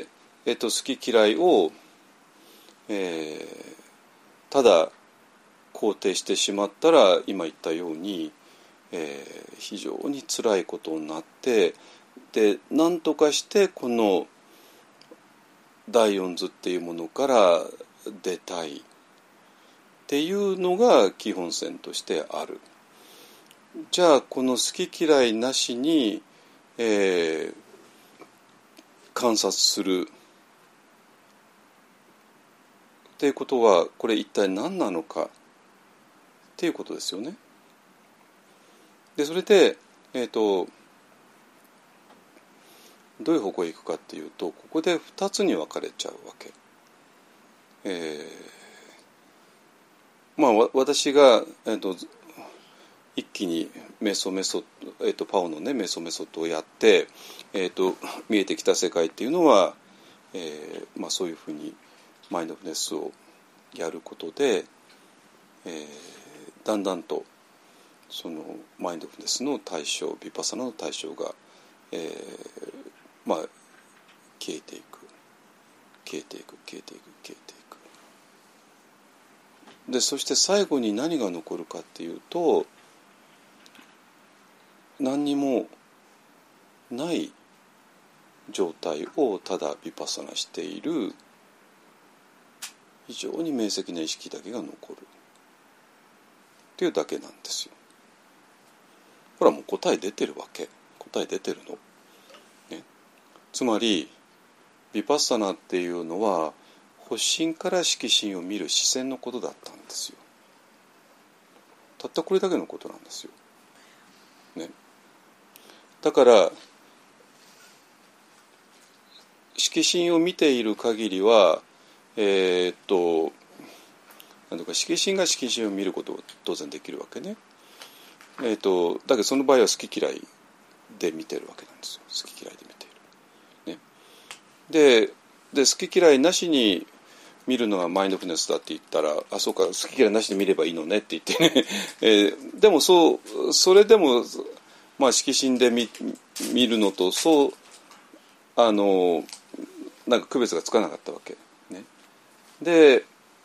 Speaker 1: えー、と好き嫌いを、えー、ただ肯定してしまったら今言ったように、えー、非常につらいことになって、で何とかしてこの第四図っていうものから出たいっていうのが基本線としてある。じゃあこの好き嫌いなしに、えー、観察するっていうことはこれ一体何なのかっていうことですよね。でそれで、えーと、どういう方向へ行くかっていうと、ここでふたつに分かれちゃうわけ。えー、まあ私が、えーと、一気にメソメソ、えーと、パオのねメソメソッドをやって、えーと、見えてきた世界っていうのは、えーまあ、そういうふうにマインドフルネスをやることで、えー、だんだんとそのマインドフルネスの対象、ヴィパッサナの対象が、えー、まあ消えていく消えていく消えていく消えていく。でそして最後に何が残るかっていうと、何にもない状態をただヴィパッサナしている非常に明晰な意識だけが残るっていうだけなんですよ。ほらもう答え出てるわけ。答え出てるの、ね、つまりヴィパッサナっていうのは発心から色心を見る視線のことだったんですよ。たったこれだけのことなんですよ、ね、だから色心を見ている限りはえー、っとなんとか色心が色心を見ることは当然できるわけね。えー、っとだけどその場合は好き嫌いで見てるわけなんですよ。好き嫌いで見ている、ね、で, で好き嫌いなしに見るのがマインドフルネスだって言ったら、あそうか好き嫌いなしで見ればいいのねって言ってね、えー、でもそうそれでもまあ色心で 見, 見るのとそうあのなんか区別がつかなかったわけね。で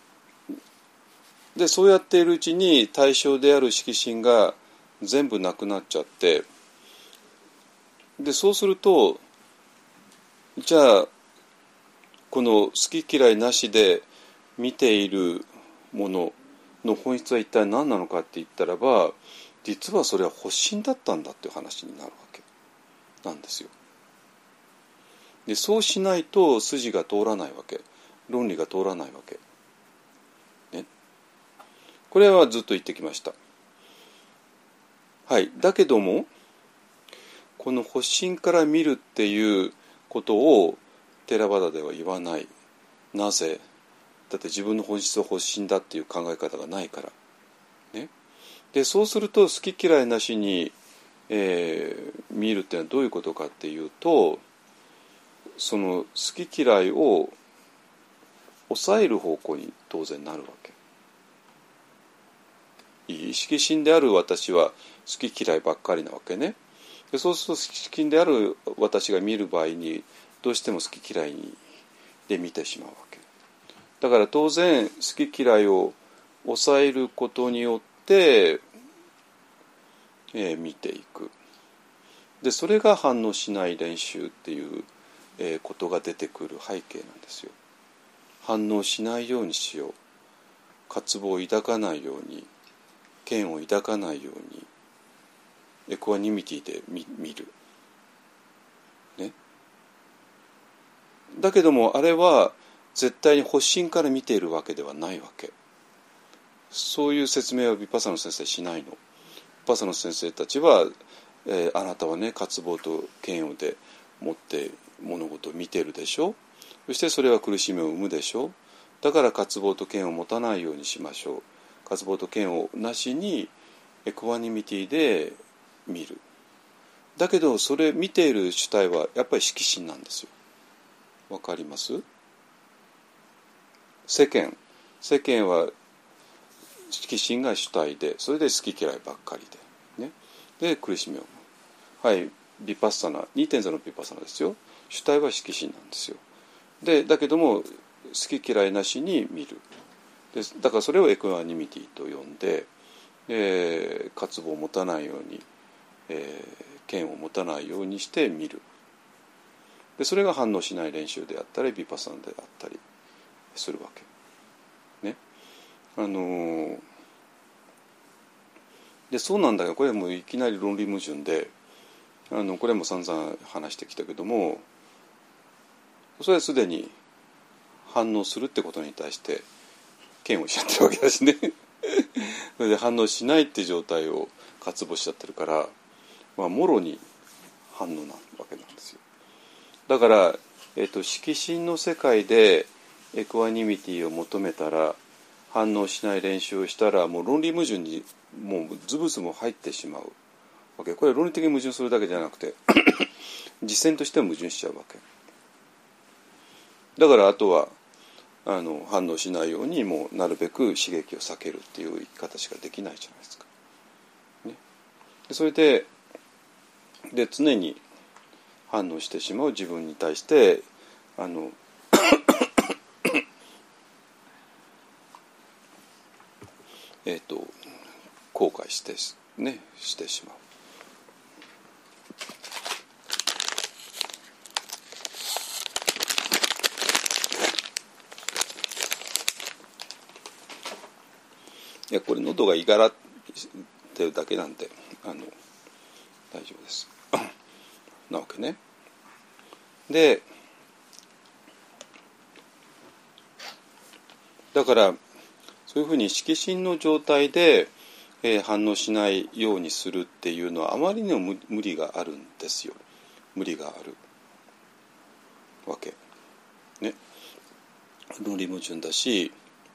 Speaker 1: でそうやっているうちに対象である色心が全部なくなっちゃって、でそうするとじゃあこの好き嫌いなしで見ているものの本質は一体何なのかって言ったらば、実はそれは発心だったんだっていう話になるわけなんですよ。でそうしないと筋が通らないわけ、論理が通らないわけ、ね、これはずっと言ってきました。はい、だけどもこの発心から見るっていうことをテラバダでは言わない。なぜ？だって自分の本質は発心だっていう考え方がないから、ね、でそうすると好き嫌いなしに、えー、見るっていうのはどういうことかっていうと、その好き嫌いを抑える方向に当然なるわけ。意識心である私は好き嫌いばっかりなわけね。でそうすると意識心である私が見る場合にどうしても好き嫌いで見てしまうわけだから、当然好き嫌いを抑えることによって、えー、見ていく。でそれが反応しない練習っていう、えー、ことが出てくる背景なんですよ。反応しないようにしよう、渇望を抱かないように、嫌悪を抱かないように、エクワニミティで 見, 見る、ね、だけどもあれは絶対に発心から見ているわけではないわけ。そういう説明はヴィパッサナの先生しないの。ヴィパッサナの先生たちは、えー、あなたはね渇望と嫌悪でもって物事を見ているでしょ、そしてそれは苦しみを生むでしょ、だから渇望と嫌悪を持たないようにしましょう、渇望と嫌悪なしにエクワニミティで見る。だけどそれ見ている主体はやっぱり色心なんですよ。わかります？世間世間は色心が主体で、それで好き嫌いばっかりで、ね、で苦しみを生む。はい、 ビパッサナ にてんゼロ のビパッサナですよ。主体は色心なんですよ。でだけども好き嫌いなしに見る。でだからそれをエクアニミティと呼んで、えー、渇望を持たないように、えー、嫌悪を持たないようにして見る。でそれが反応しない練習であったりビパッサナであったりするわけね。あのー、でそうなんだけどこれはもういきなり論理矛盾で、あのこれも散々話してきたけども、それはすでに反応するってことに対して嫌悪しちゃってるわけだしねそれで反応しないって状態を渇望しちゃってるから、まあ、もろに反応なわけなんですよ。だから、えっと、色心の世界でエクアニミティを求めたら反応しない練習をしたらもう論理矛盾にもうズブズブ入ってしまうわけ。これ論理的に矛盾するだけじゃなくて実践としては矛盾しちゃうわけだから、あとはあの反応しないようにもうなるべく刺激を避けるっていう生き方しかできないじゃないですか、ね、でそれでで常に反応してしまう自分に対してあのえっと後悔してねしてしまう。いやこれ喉がいがらってるだけなんであの大丈夫ですなわけね。でだからそういうふうに色心の状態で、えー、反応しないようにするっていうのはあまりにも無理があるんですよ。無理があるわけね。論理矛盾だし、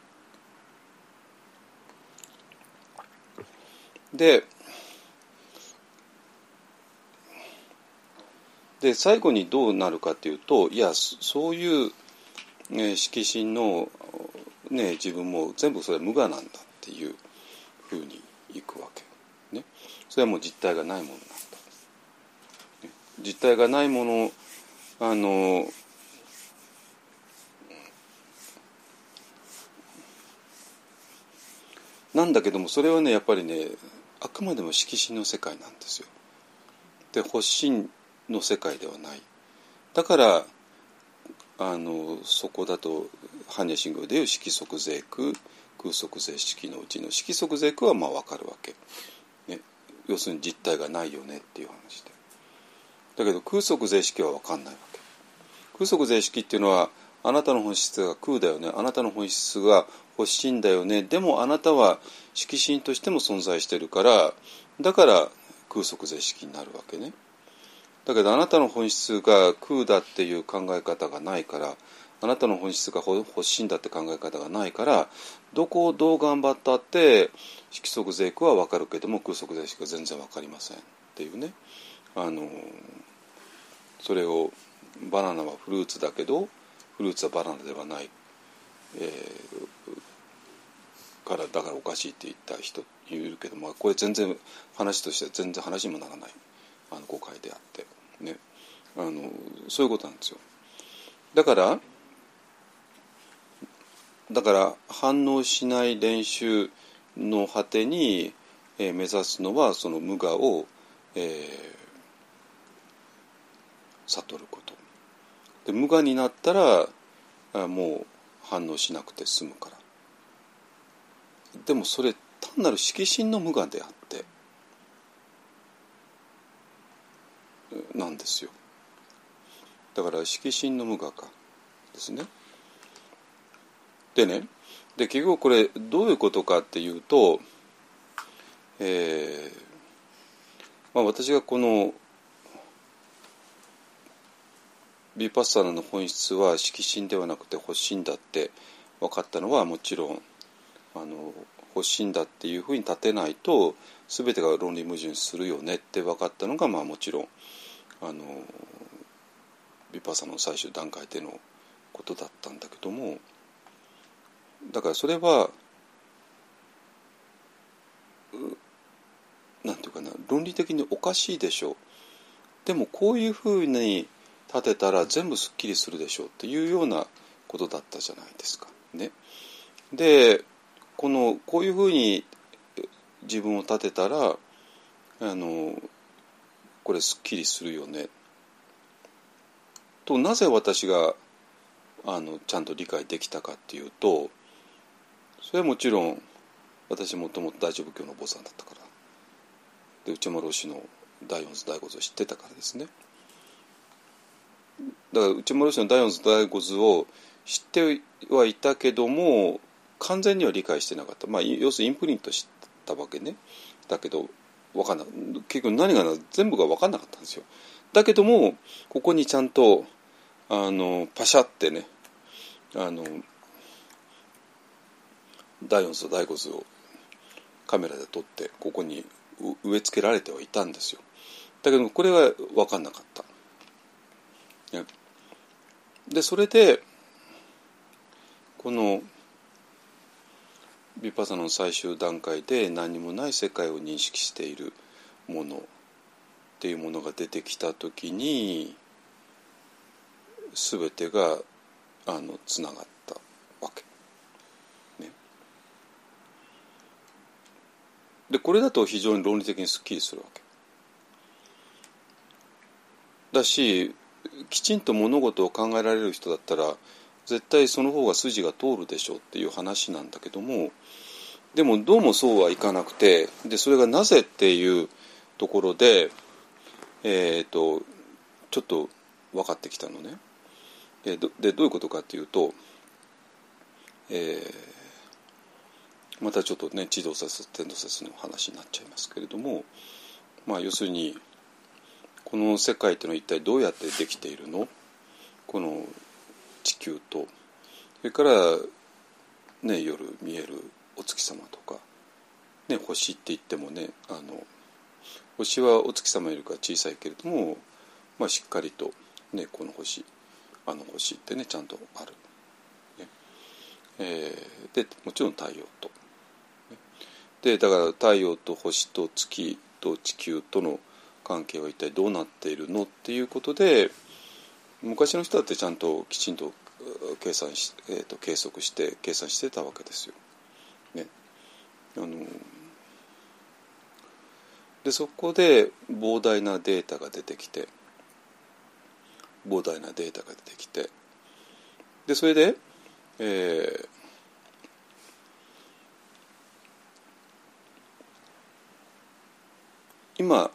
Speaker 1: でで最後にどうなるかっていうと、いやそういう、ね、色心の、ね、自分も全部それは無我なんだっていうふうにいくわけ、ね、それはもう実体がないものなんだ、ね、実体がないものあのなんだけども、それはねやっぱりねあくまでも色心の世界なんですよ。で発心の世界ではない。だからあのそこだと般若心経でいう色即是空空即是色のうちの色即是空はまあ分かるわけ、ね、要するに実体がないよねっていう話で、だけど空即是色は分かんないわけ。空即是色っていうのはあなたの本質が空だよね、あなたの本質が発心だよね、でもあなたは色心としても存在してるから、だから空即是色になるわけね。だけどあなたの本質が空だっていう考え方がないから、あなたの本質が発心だって考え方がないから、どこをどう頑張ったって色即是空は分かるけども空即是色が全然分かりませんっていうね。あのそれをバナナはフルーツだけどフルーツはバナナではない、えー、からだからおかしいって言った人いるけども、これ全然話としては全然話にもならないあの誤解であってね、あのそういうことなんですよ。だからだから反応しない練習の果てに、えー、目指すのはその無我を、えー、悟ること。で無我になったらもう反応しなくて済むから。でもそれ単なる色心の無我であってなんですよ。だから色心の無我かですね。でね、で結局これどういうことかっていうと、えーまあ、私がこのヴィパッサナの本質は色心ではなくて発心だって分かったのは、もちろんあの発心だっていうふうに立てないと全てが論理矛盾するよねって分かったのが、まあ、もちろんあのヴィパッサナの最終段階でのことだったんだけども、だからそれはなんていうかな、論理的におかしいでしょう。 でもこういうふうに立てたら全部すっきりするでしょうっていうようなことだったじゃないですかね。でこのこういうふうに自分を立てたらあのこれすっきりするよねと、なぜ私があのちゃんと理解できたかっていうと、それはもちろん私もともと大乗仏教のお坊さんだったからで、内山老師の第四図第五図を知ってたからですね。だから内山老師の第四図第五図を知ってはいたけども完全には理解してなかった、まあ、要するにインプリントしたわけね。だけど分かんな結局何が全部が分かんなかったんですよ。だけどもここにちゃんとあのパシャってね、あの第四図第五図をカメラで撮ってここに植え付けられてはいたんですよ。だけどこれが分かんなかった、ね、でそれでこのヴィパッサナの最終段階で何もない世界を認識しているものっていうものが出てきたときに全てがあのつながったわけ、ね、でこれだと非常に論理的にすっきりするわけだし、きちんと物事を考えられる人だったら絶対その方が筋が通るでしょうっていう話なんだけども、でもどうもそうはいかなくて、でそれがなぜっていうところで、えー、とちょっと分かってきたのね。で ど, でどういうことかっていうと、えー、またちょっとね地動説天動説の話になっちゃいますけれども、まあ要するにこの世界っていうのは一体どうやってできているの？この地球と、それから、ね、夜見えるお月様とか、ね、星って言ってもね、あの星はお月様よりかは小さいけれども、まあ、しっかりと、ね、この星あの星ってねちゃんとある、ねえー、でもちろん太陽と、ね、でだから太陽と星と月と地球との関係は一体どうなっているのっていうことで、昔の人だってちゃんときちんと計算し、えー、と計測して計算してたわけですよ、ね、あのでそこで膨大なデータが出てきて膨大なデータが出てきてでそれで、えー、今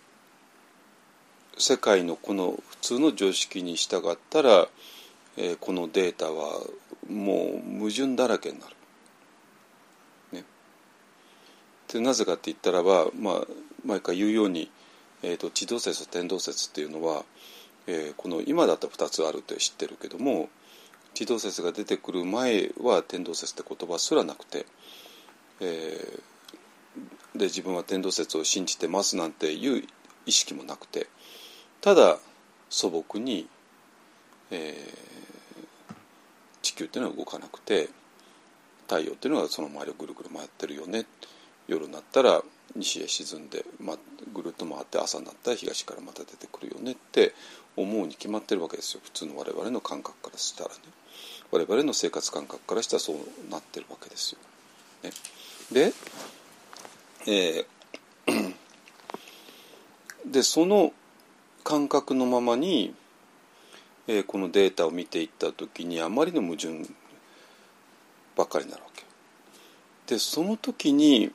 Speaker 1: 世界のこの普通の常識に従ったら、えー、このデータはもう矛盾だらけになる、ね、でなぜかって言ったらば、まあ、毎回言うように、えーと、地動説と天動説っていうのは、えー、この今だったらふたつあるって知ってるけども、地動説が出てくる前は天動説って言葉すらなくて、えー、で自分は天動説を信じてますなんていう意識もなくて、ただ素朴に、えー、地球っていうのは動かなくて太陽っていうのはその周りをぐるぐる回ってるよね、夜になったら西へ沈んで、ま、ぐるっと回って朝になったら東からまた出てくるよねって思うに決まってるわけですよ。普通の我々の感覚からしたらね、我々の生活感覚からしたらそうなってるわけですよ、ね、で、えー、でその感覚のままに、えー、このデータを見ていったときにあまりの矛盾ばっかりになるわけで、その時に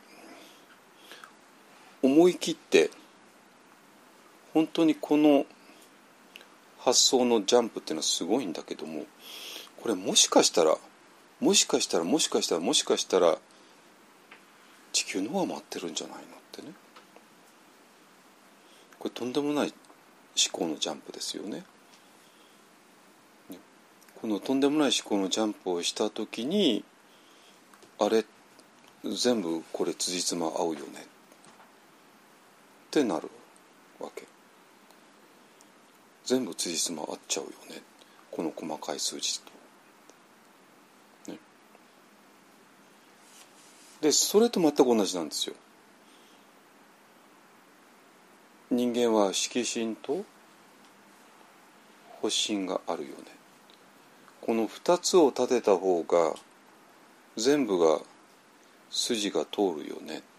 Speaker 1: 思い切って本当にこの発想のジャンプっていうのはすごいんだけども、これもしかしたらもしかしたらもしかしたらもしかしたら地球の方が待ってるんじゃないのってね、これとんでもない思考のジャンプですよね。このとんでもない思考のジャンプをしたときに、あれ全部これ辻褄合うよねってなるわけ。全部辻褄合っちゃうよね、この細かい数字と、ね、でそれと全く同じなんですよ。 人間は色心と発心があるよね。この二つを立てた方が全部が筋が通るよね。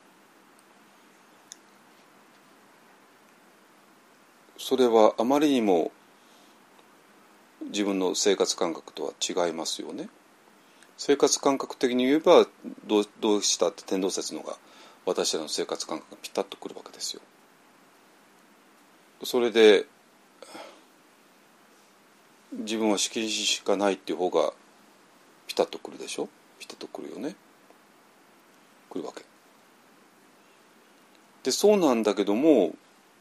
Speaker 1: それはあまりにも自分の生活感覚とは違いますよね。生活感覚的に言えばどう、どうしたって天動説のが私らの生活感覚がピタッとくるわけですよ。それで自分は色心しかないっていう方がピタッとくるでしょ。ピタッとくるよね。くるわけで、そうなんだけども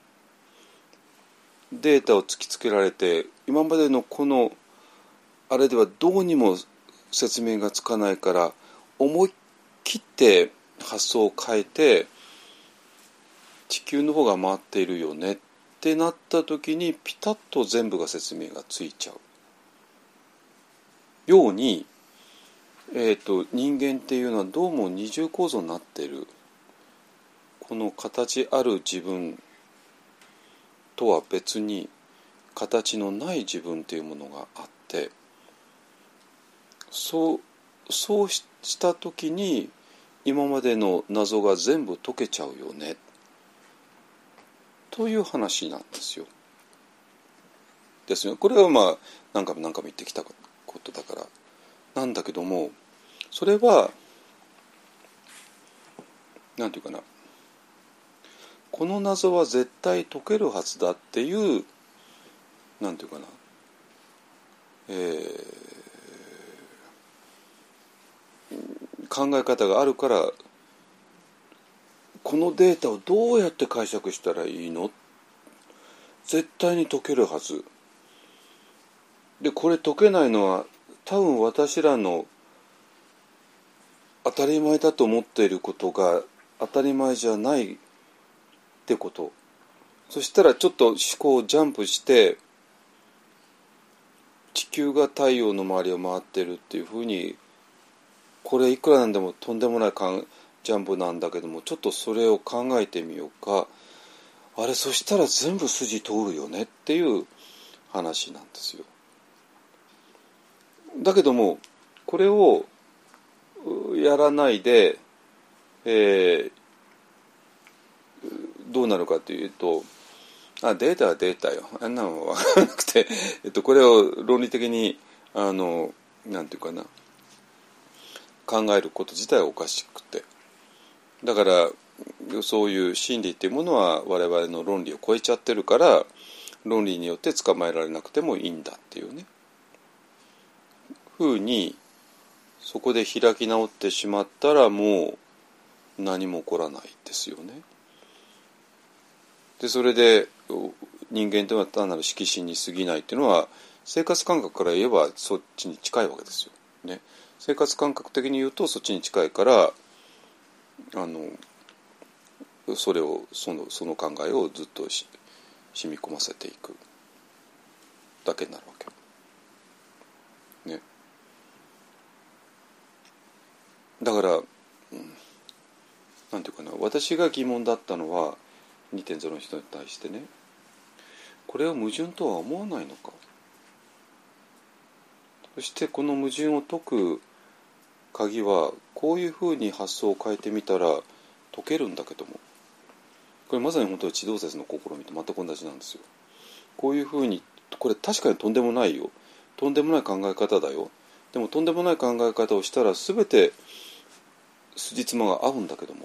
Speaker 1: データを突きつけられて今までのこのあれではどうにも説明がつかないから思い切って発想を変えて地球の方が回っているよねってなった時にピタッと全部が説明がついちゃうように、えーと、人間っていうのはどうも二重構造になっている。この形ある自分とは別に形のない自分というものがあってそうそうした時に今までの謎が全部解けちゃうよねという話なんですよ。ですね。これはまあ何回も何回も言ってきたことだからなんだけども、それはなんていうかな、この謎は絶対解けるはずだっていうなんていうかな、えー、考え方があるからこのデータをどうやって解釈したらいいの？絶対に解けるはずで、これ解けないのは多分私らの当たり前だと思っていることが当たり前じゃないってこと。そしたらちょっと思考をジャンプして地球が太陽の周りを回ってるっていうふうに、これいくらなんでもとんでもないジャンプなんだけども、ちょっとそれを考えてみようか。あれ、そしたら全部筋通るよねっていう話なんですよ。だけどもこれをやらないで、えー、どうなるかというと、あデータはデータよ、あんなのは分からなくて、えっと、これを論理的にあのなんていうかな考えること自体はおかしくて、だからそういう真理っていうものは我々の論理を超えちゃってるから論理によって捕まえられなくてもいいんだっていうねふうに、そこで開き直ってしまったらもう何も起こらないですよね。でそれで人間というのは単なる色心に過ぎないっていうのは生活感覚から言えばそっちに近いわけですよ、ね、生活感覚的に言うとそっちに近いからあのそれをその、その考えをずっとし染み込ませていくだけになるわけ、ね、だから、うん、なんていうかな、私が疑問だったのは にてんゼロ の人に対してね、これを矛盾とは思わないのか。そしてこの矛盾を解く鍵はこういうふうに発想を変えてみたら解けるんだけども、これまさに本当に地動説の試みと全く同じなんですよ。こういうふうに、これ確かにとんでもないよ、とんでもない考え方だよ、でもとんでもない考え方をしたら全て筋妻が合うんだけども、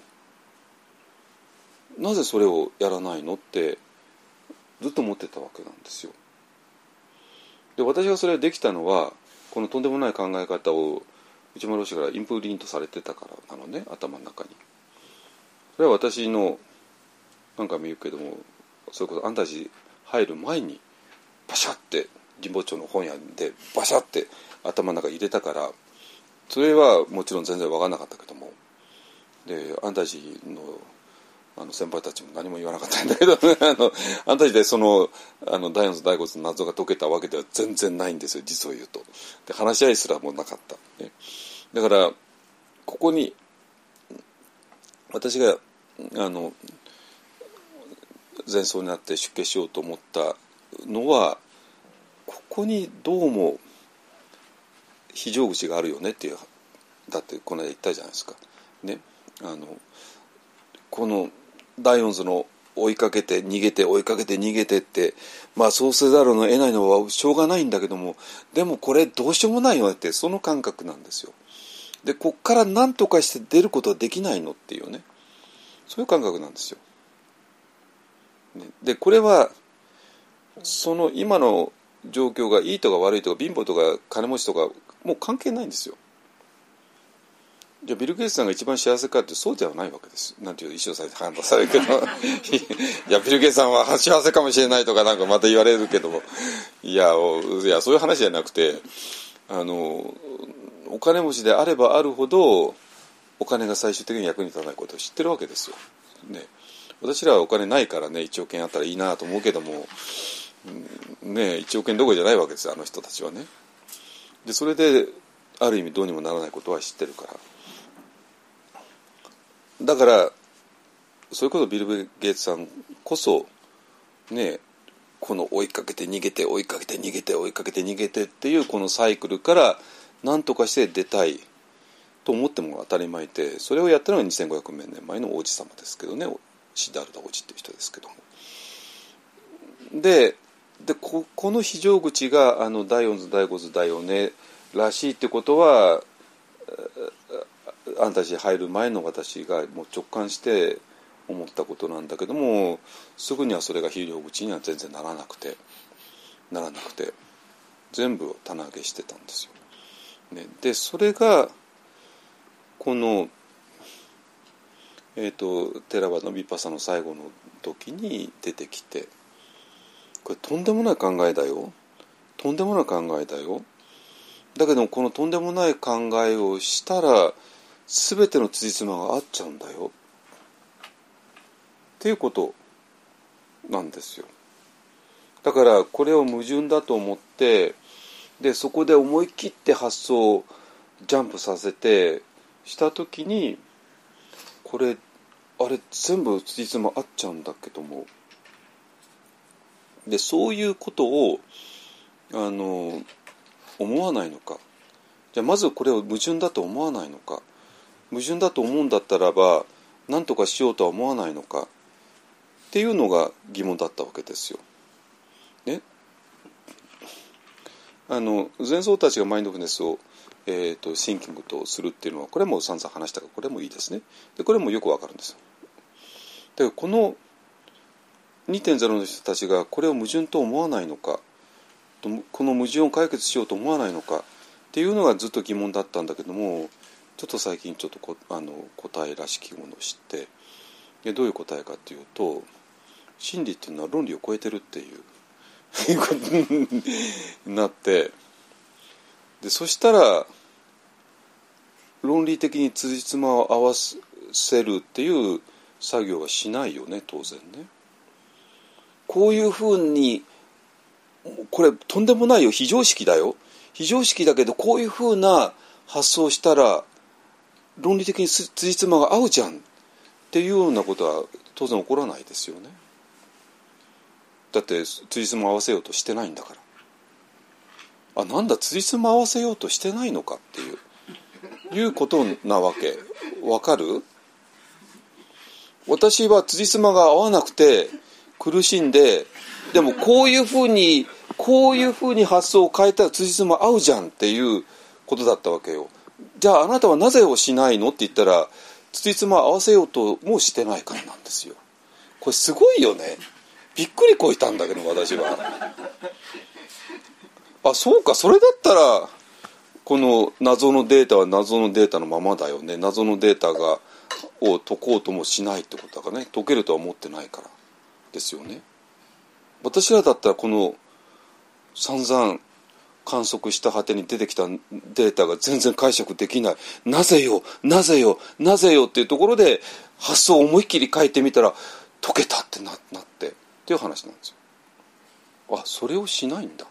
Speaker 1: なぜそれをやらないのってずっと思ってたわけなんですよ。で私がそれができたのはこのとんでもない考え方を内丸氏からインプリントされてたからなのね、頭の中に。それは私の何回も言うけども、それこそ安泰寺入る前にバシャって神保町の本屋でバシャって頭の中に入れたから、それはもちろん全然分からなかったけども、で安泰寺のあの先輩たちも何も言わなかったんだけど、ね、あの安泰寺でそのあの第四図第五図の謎が解けたわけでは全然ないんですよ、実を言うと。で話し合いすらもなかった、ね、だからここに私があの前奏になって出家しようと思ったのは、ここにどうも非常口があるよねっていう、だってこの間言ったじゃないですかね。あのこの第四図の追いかけて逃げて追いかけて逃げてって、まあそうせざるを得ないのはしょうがないんだけども、でもこれどうしようもないよねって、その感覚なんですよ。でこっから何とかして出ることはできないのっていうね、そういう感覚なんですよ。でこれはその今の状況がいいとか悪いとか貧乏とか金持ちとかもう関係ないんですよ。じゃあビル・ゲイツさんが一番幸せかってそうではないわけです。なんていう衣装されて判断されるけどいやビル・ゲイツさんは幸せかもしれないとかなんかまた言われるけども、いやいやそういう話じゃなくて、あのお金持ちであればあるほどお金が最終的に役に立たないことを知ってるわけですよ、ね、私らはお金ないからねいちおくえんあったらいいなと思うけども、ね、いちおくえんどころじゃないわけですよ、あの人たちはね。でそれである意味どうにもならないことは知ってるから、だからそれこそビル・ゲイツさんこそね、この追いかけて逃げて追いかけて逃げて追いかけて逃げてっていうこのサイクルから何とかして出たいと思っても当たり前で、それをやったのがにせんごひゃくねんまえの王子様ですけどね、シダールタ王子っていう人ですけども。でで こ, この非常口があの第四図第五図だよねらしいってことは、あんたたち入る前の私がもう直感して思ったことなんだけども、すぐにはそれが非常口には全然ならなくてならなくて全部棚上げしてたんですよ、ね、でそれがこの、えーと、テラバのヴィパッサの最後の時に出てきて、これとんでもない考えだよ、とんでもない考えだよ。だけどこのとんでもない考えをしたら全ての辻褄が合っちゃうんだよっていうことなんですよ。だからこれを矛盾だと思って、でそこで思い切って発想をジャンプさせてしたときに、これあれ全部辻褄合っちゃうんだけども、でそういうことをあの思わないのか。じゃあまずこれを矛盾だと思わないのか。矛盾だと思うんだったらば何とかしようとは思わないのかっていうのが疑問だったわけですよ。ね、あの前奏たちがマインドフルネスを、えー、とシンキングとするっていうのは、これも散々話したからこれもいいですね。でこれもよくわかるんですよ。だからこの にてんゼロ の人たちがこれを矛盾と思わないのか、この矛盾を解決しようと思わないのかっていうのがずっと疑問だったんだけども、ちょっと最近ちょっとこあの答えらしきものを知って、でどういう答えかっていうと、真理っていうのは論理を超えてるっていうことになって、でそしたら論理的に辻褄を合わせるっていう作業はしないよね、当然ね。こういうふうに、これとんでもないよ、非常識だよ、非常識だけどこういうふうな発想したら論理的に辻褄が合うじゃんっていうようなことは当然起こらないですよね。だって辻褄合わせようとしてないんだから。あ、なんだ辻褄合わせようとしてないのかっていういうことなわけ。わかる？私は辻褄が合わなくて苦しんで、でもこういうふうにこういうふうに発想を変えたら辻褄合うじゃんっていうことだったわけよ。じゃああなたはなぜをしないのって言ったら、辻褄合わせようともしてないからなんですよ。これすごいよね。びっくりこいたんだけど私は。あ、そうか、それだったらこの謎のデータは謎のデータのままだよね。謎のデータがを解こうともしないってことだからね。解けるとは思ってないからですよね。私らだったらこの散々観測した果てに出てきたデータが全然解釈できない、なぜよなぜよなぜよっていうところで発想を思いっきり変えてみたら解けたって な, なってっていう話なんですよ。あ、それをしないんだ。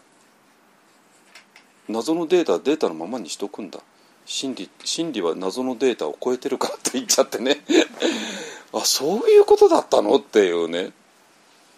Speaker 1: 謎のデータはデータのままにしとくんだ。真理、真理は謎のデータを超えてるからって言っちゃってねあ、そういうことだったのっていうね。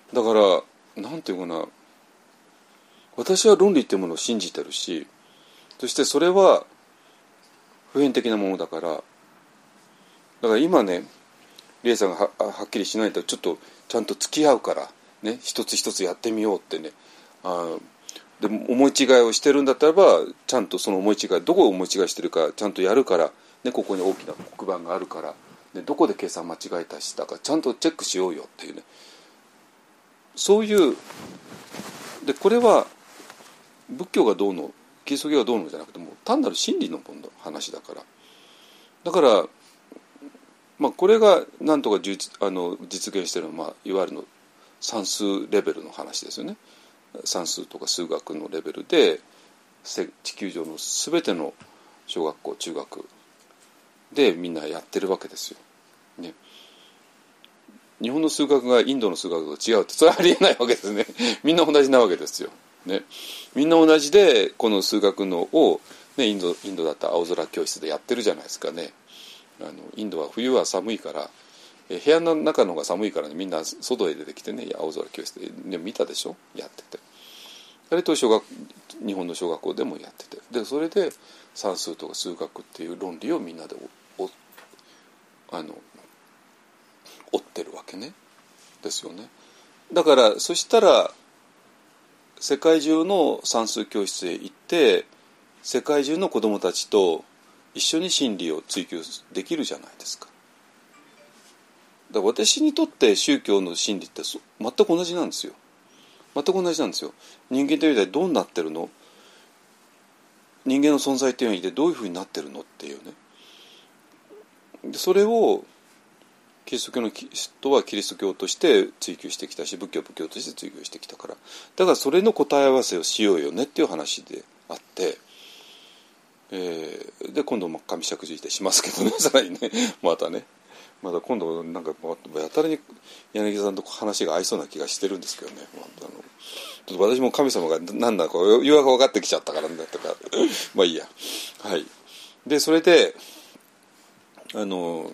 Speaker 3: だからなんていうかな、私は論理っていうものを信じてるし、そしてそれは普遍的なものだから、だから今ねリエさんが は, はっきりしないとちょっとちゃんと付き合うからね、一つ一つやってみようってね、あで思い違いをしてるんだったらばちゃんとその思い違い、どこを思い違いしてるかちゃんとやるから、ね、ここに大きな黒板があるから、ね、どこで計算間違えたしたかちゃんとチェックしようよっていうね、そういうで、これは仏教がどうのキリスト教がどうのじゃなくても単なる真理の話だから、だから、まあ、これがなんとか実あの実現しているのは、まあ、いわゆるの算数レベルの話ですよね。算数とか数学のレベルで地球上の全ての小学校中学でみんなやってるわけですよ、ね、日本の数学がインドの数学が違うってそれはありえないわけですね。みんな同じなわけですよ、ね、みんな同じでこの数学のを、ね、インド、インドだったら青空教室でやってるじゃないですかね。あのインドは冬は寒いから部屋の中の方が寒いからね、みんな外へ出てきてね、青空教室で、ね、見たでしょ、やってて、あれと小学日本の小学校でもやってて、でそれで算数とか数学っていう論理をみんなでおおあの追ってるわけねですよね。だからそしたら世界中の算数教室へ行って世界中の子どもたちと一緒に真理を追求できるじゃないですか。だから私にとって宗教の真理って全く同じなんですよ。全く同じなんですよ。人間というのはどうなってるの、人間の存在というのはどういうふうになってるのっていうね。でそれをキリスト教の人はキリスト教として追求してきたし、仏教は仏教として追求してきたから、だからそれの答え合わせをしようよねっていう話であって、えー、で今度も神釈寺でしますけどね、さらにね、またね、まだ今度なんかやたらに柳さんと話が合いそうな気がしてるんですけどね、あのちょっと私も神様が何だかようやく分かってきちゃったからねとかまあいいや。はい。でそれであの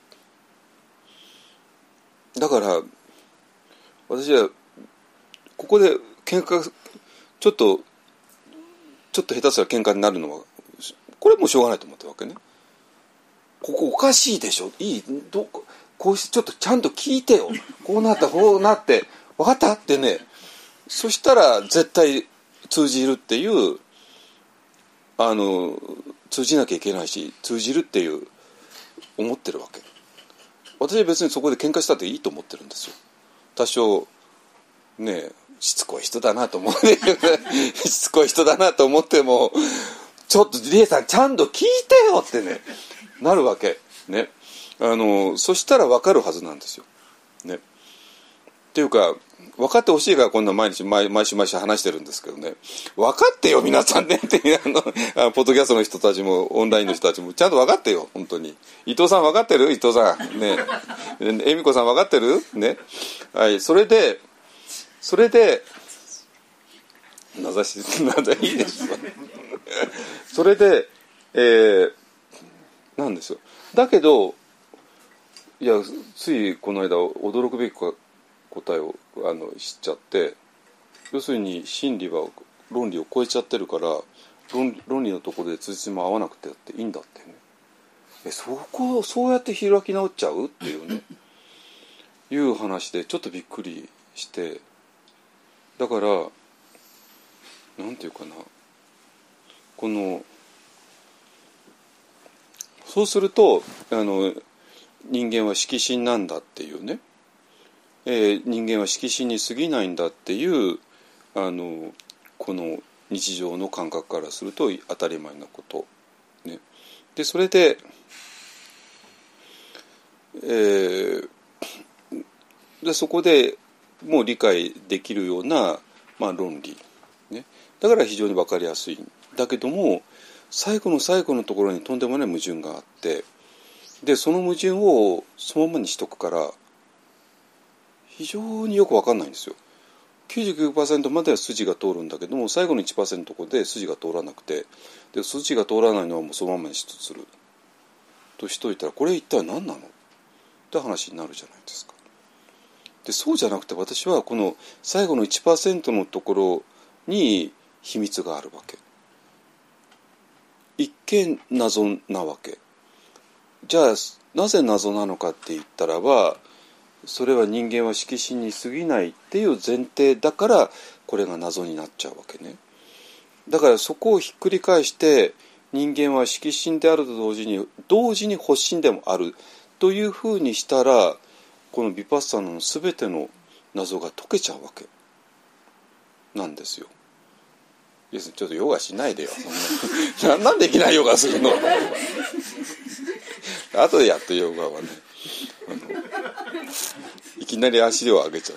Speaker 3: だから私はここで喧嘩ちょっとちょっと下手すら喧嘩になるのはこれもうしょうがないと思ってるわけね。ここおかしいでしょ、いいどこうしてちょっとちゃんと聞いてよ、こうなったこうなって分かったってね、そしたら絶対通じるっていうあの通じなきゃいけないし通じるっていう思ってるわけ。私は別にそこで喧嘩したっていいと思ってるんですよ。多少ねしつこい人だなと思ってしつこい人だなと思ってもちょっとリエさんちゃんと聞いてよってねなるわけね。あのそしたら分かるはずなんですよね。っていうか分かってほしいからこんな毎日毎毎週毎週話してるんですけどね、分かってよ皆さんねってあのポッドキャストの人たちもオンラインの人たちもちゃんと分かってよ本当に。伊藤さん分かってる？伊藤さんね、恵美子さん分かってるね。はい、それでそれで名指しなんだいいですそれで、えー、なんですよ。だけどいやついこの間驚くべき答えをあの知っちゃって、要するに真理は論理を超えちゃってるから 論, 論理のところで通じも合わなくてやっていいんだってね。えそこそうやって開き直っちゃうっていうねいう話でちょっとびっくりして、だからなんていうかな、このそうするとあの人間は色心なんだっていうね、えー、人間は色心に過ぎないんだっていうあのこの日常の感覚からすると当たり前なこと、ね、でそれで、えー、でそこでもう理解できるような、まあ、論理、ね、だから非常に分かりやすいんだけども最後の最後のところにとんでもない矛盾があって、でその矛盾をそのままにしとくから非常によく分かんないんですよ。 きゅうじゅうきゅうパーセント までは筋が通るんだけども最後の いちパーセント のところで筋が通らなくて、で筋が通らないのはもうそのままにしとするとしといたらこれ一体何なのって話になるじゃないですか。 でそうじゃなくて、私はこの最後の いちパーセント のところに秘密があるわけ。一見謎なわけ。じゃあなぜ謎なのかって言ったらば、それは人間は色心に過ぎないっていう前提だから、これが謎になっちゃうわけね。だからそこをひっくり返して、人間は色心であると同時に同時に発心でもあるというふうにしたら、このヴィパッサナのすべての謎が解けちゃうわけなんですよ。ちょっとヨガしないでよ、そんななんでいきなりヨガするの後でやってヨガはね、あのいきなり足を上げちゃった。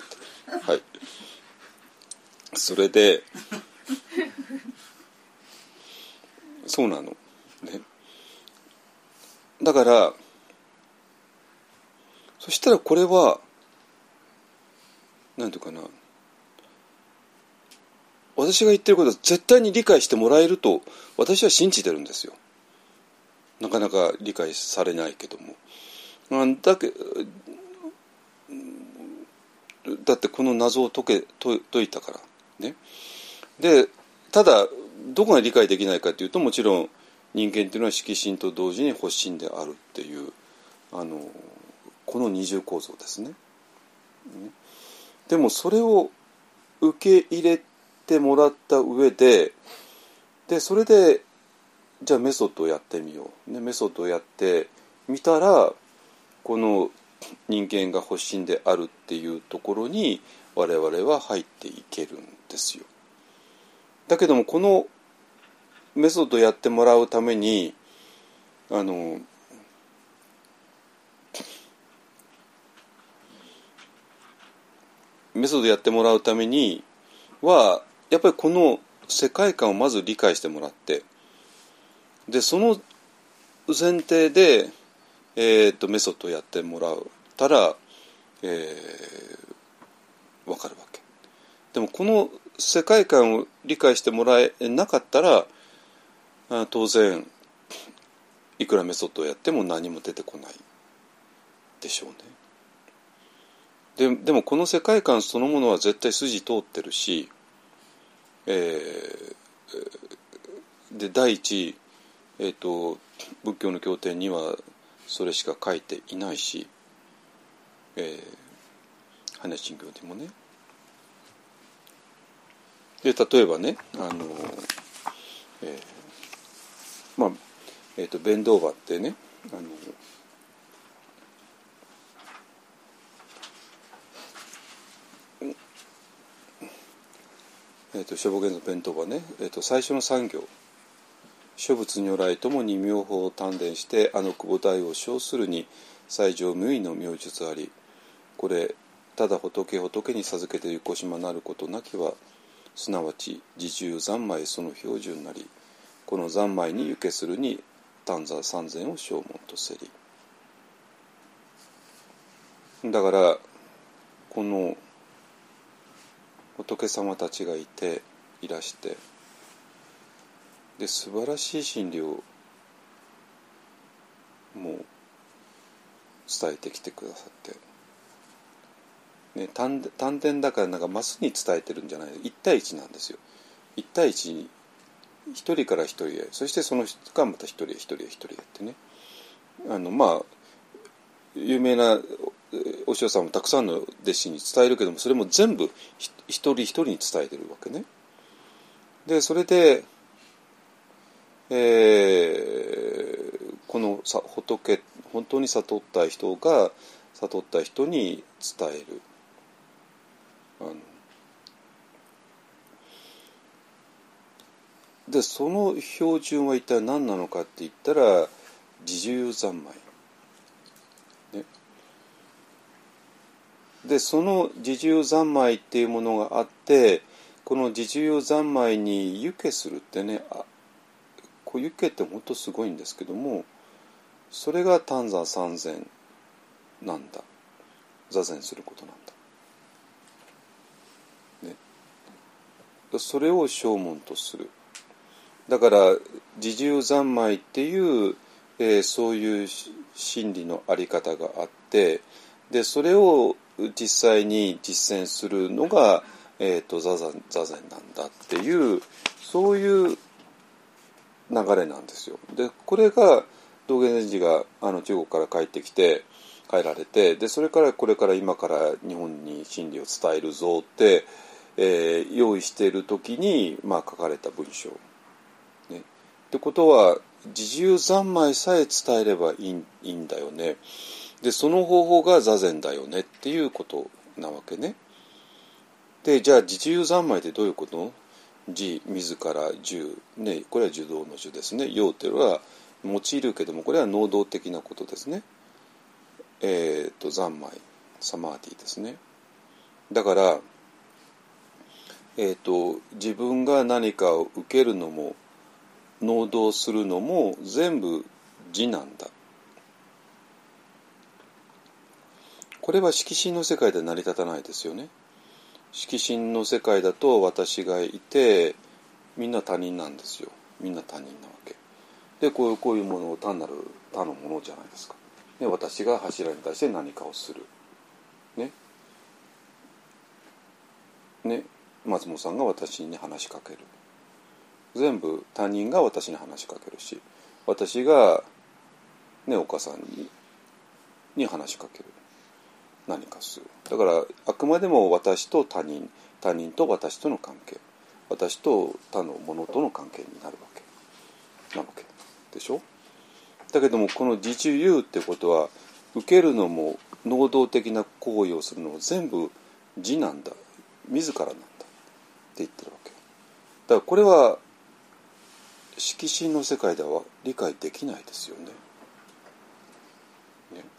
Speaker 3: はい、それでそうなのね。だからそしたらこれはなんていうかな、私が言ってることは絶対に理解してもらえると私は信じてるんですよ。なかなか理解されないけども、だけだってこの謎を解け解いたからね。でただどこが理解できないかというと、もちろん人間というのは色心と同時に発心であるっていう、あのこの二重構造ですね。でもそれを受け入れてもらった上で、でそれでじゃあメソッドをやってみよう、ね、メソッドをやってみたら、この人間が発心であるっていうところに我々は入っていけるんですよ。だけどもこのメソッドをやってもらうために、あのメソッドやってもらうためにはやっぱりこの世界観をまず理解してもらって、でその前提で、えー、とメソッドをやってもらったら、えー、分かるわけ。でもこの世界観を理解してもらえなかったら、当然いくらメソッドをやっても何も出てこないでしょうね。で, でもこの世界観そのものは絶対筋通ってるし、えー、で第一、えーと、仏教の経典にはそれしか書いていないし、えー、般若心経でもね。で例えばね、あの、えー、まあえーと弁道場ってね、あのえー、と諸母現の弁当はね、えー、と最初の産行、諸仏如来ともに妙法を鍛錬してあの久保大を称するに最上無為の妙術あり、これただ仏仏に授けてゆこしまなることなきは、すなわち自重三昧その標準なり、この三昧にゆけするに丹座三千を正門とせり。だからこの仏様たちがいていらして、で素晴らしい真理をもう伝えてきてくださって、ね、丹田だからなんかマスに伝えてるんじゃない、一対一なんですよ。一対一に一人から一人へ、そしてその人がまた一人へ一人へ一人へってね、あのまあ有名なお師匠さんもたくさんの弟子に伝えるけども、それも全部一人一人に伝えてるわけね。でそれで、えー、この仏、本当に悟った人が悟った人に伝える、あのでその標準は一体何なのかって言ったら、自重三昧で、その自重三昧っていうものがあって、この自重三昧に輸家するってね、あこう輸家って本当すごいんですけども、それが丹座三千なんだ、座禅することなんだ、ね、それを正門とする。だから自重三昧っていう、えー、そういう真理のあり方があって、でそれを実際に実践するのが、えー、と座禅座禅なんだっていうそういう流れなんですよ。でこれが道元禅師があの中国から帰ってきて帰られて、でそれからこれから今から日本に真理を伝えるぞって、えー、用意している時に、まあ、書かれた文章、ね。ってことは自由三昧さえ伝えればいい、いいんだよね。でその方法が座禅だよねっていうことなわけね。でじゃあ自由三昧ってどういうこと？自自ら受、ね、これは受動の受ですね。用っていうのは用いるけどもこれは能動的なことですね。えー、と三昧サマーティですね。だから、えー、と自分が何かを受けるのも能動するのも全部自なんだ。これは色心の世界で成り立たないですよね。色心の世界だと私がいてみんな他人なんですよ。みんな他人なわけで、こういうこういうものを単なる他のものじゃないですか。で私が柱に対して何かをするね。ね、松本さんが私に話しかける。全部他人が私に話しかけるし、私が、ね、お母さんに、に話しかける。何かする。だからあくまでも私と他人、他人と私との関係、私と他のものとの関係になるわけなわけでしょ。だけどもこの自由ってことは受けるのも能動的な行為をするのも全部自なんだ、自らなんだって言ってるわけだからこれは色心の世界では理解できないですよね。ね。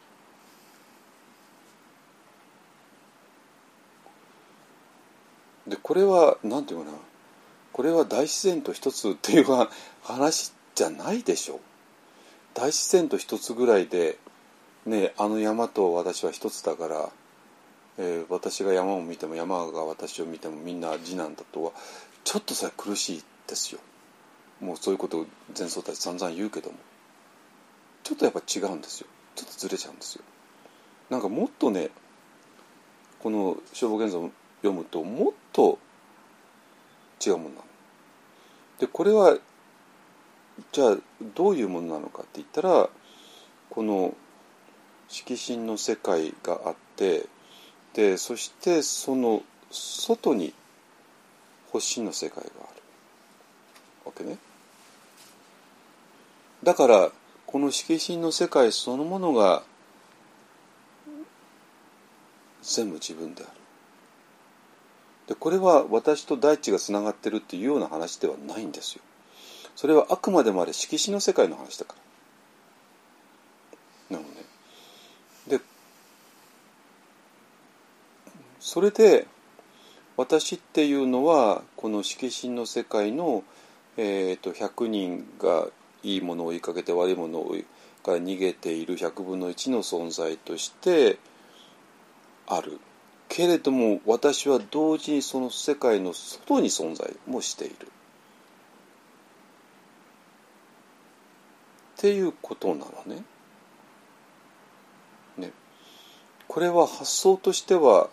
Speaker 3: でこれは何て言うかな、これは大自然と一つっていう話じゃないでしょう。大自然と一つぐらいで、ね、あの山と私は一つだから、えー、私が山を見ても山が私を見てもみんな自なんだとはちょっとそれ苦しいですよ。もうそういうことを禅僧たち散々言うけどもちょっとやっぱ違うんですよ。ちょっとずれちゃうんですよ。なんかもっとね、この正法現像を読むともっと違うものなので、これはじゃあどういうものなのかって言ったら、この色心の世界があって、でそしてその外に星の世界があるわけね。だからこの色心の世界そのものが全部自分である。でこれは私と大地がつながってるっていうような話ではないんですよ。それはあくまでもあれ色心の世界の話だから。なのね。でそれで私っていうのはこの色心の世界の、えー、とひゃくにんがいいものを追いかけて悪いものから逃げているひゃくぶんのいちの存在としてあるけれども、私は同時にその世界の外に存在もしているっていうことなのね。ね、これは発想としては、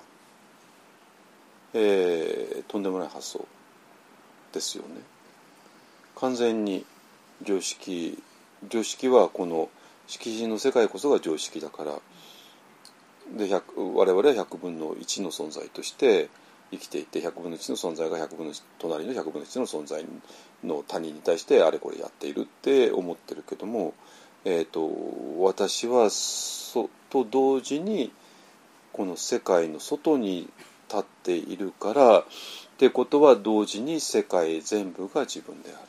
Speaker 3: えー、とんでもない発想ですよね。完全に常識、常識はこの色心の世界こそが常識だから、で我々はひゃくぶんのいちの存在として生きていて、ひゃくぶんのいちの存在がひゃくぶんのいち隣のひゃくぶんのいちの存在の他人に対してあれこれやっているって思ってるけども、えーと、私はそと同時にこの世界の外に立っているからってことは同時に世界全部が自分である。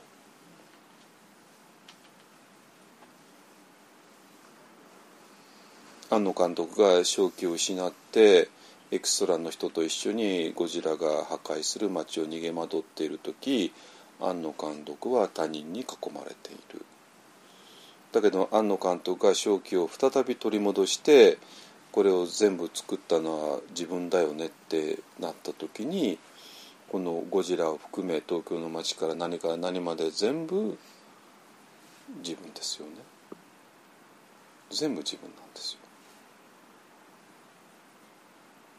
Speaker 3: 庵野監督が正気を失ってエクストラの人と一緒にゴジラが破壊する街を逃げ惑っている時、庵野監督は他人に囲まれている。だけど庵野監督が正気を再び取り戻してこれを全部作ったのは自分だよねってなった時に、このゴジラを含め東京の街から何から何まで全部自分ですよね。全部自分なんですよ。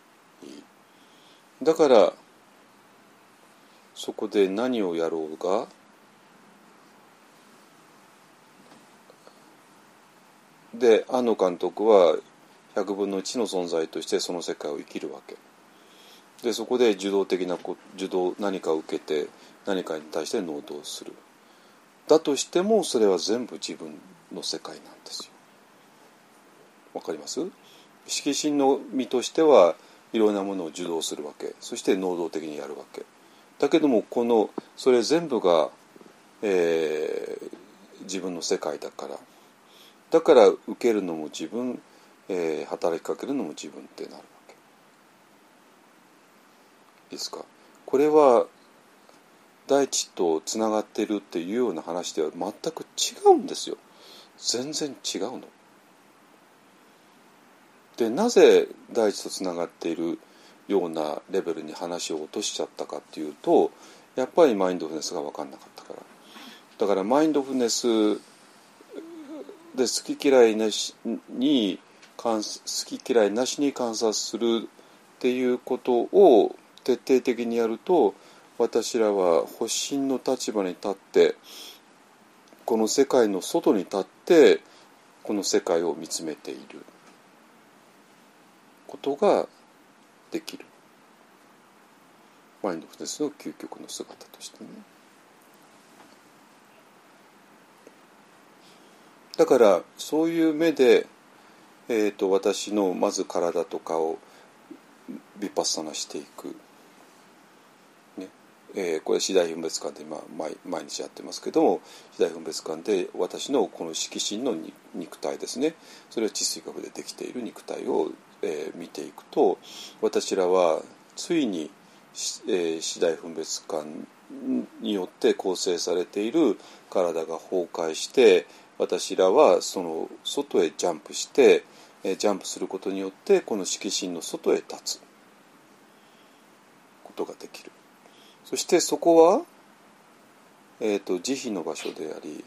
Speaker 3: だからそこで何をやろうがで、庵野監督はひゃくぶんのいちの存在としてその世界を生きるわけで、そこで受動的なこ受動何かを受けて何かに対して能動する。だとしてもそれは全部自分の世界なんですよ。わかります？色心の身としてはいろんなものを受動するわけ、そして能動的にやるわけだけども、このそれ全部が、えー、自分の世界だからだから受けるのも自分、えー、働きかけるのも自分ってなるわけ。いいですか？これは大地とつながっているっていうような話では全く違うんですよ。全然違うの。で、なぜ大地とつながっているようなレベルに話を落としちゃったかっていうと、やっぱりマインドフルネスが分かんなかったから。だからマインドフルネスで好き嫌いなしに好き嫌いなしに観察するっていうことを徹底的にやると、私らは発心の立場に立ってこの世界の外に立ってこの世界を見つめていることができる。マインドフルネスの究極の姿としてね。だからそういう目で、えーと、私のまず体とかをヴィパッサナしていく、ねえー、これ四大分別観で今 毎, 毎日やってますけども、四大分別観で私のこの色心の肉体ですね、それは地水核でできている肉体を、えー、見ていくと、私らはついに、えー、四大分別観によって構成されている体が崩壊して、私らはその外へジャンプして、ジャンプすることによってこの色心の外へ立つことができる。そしてそこは、えーと、慈悲の場所であり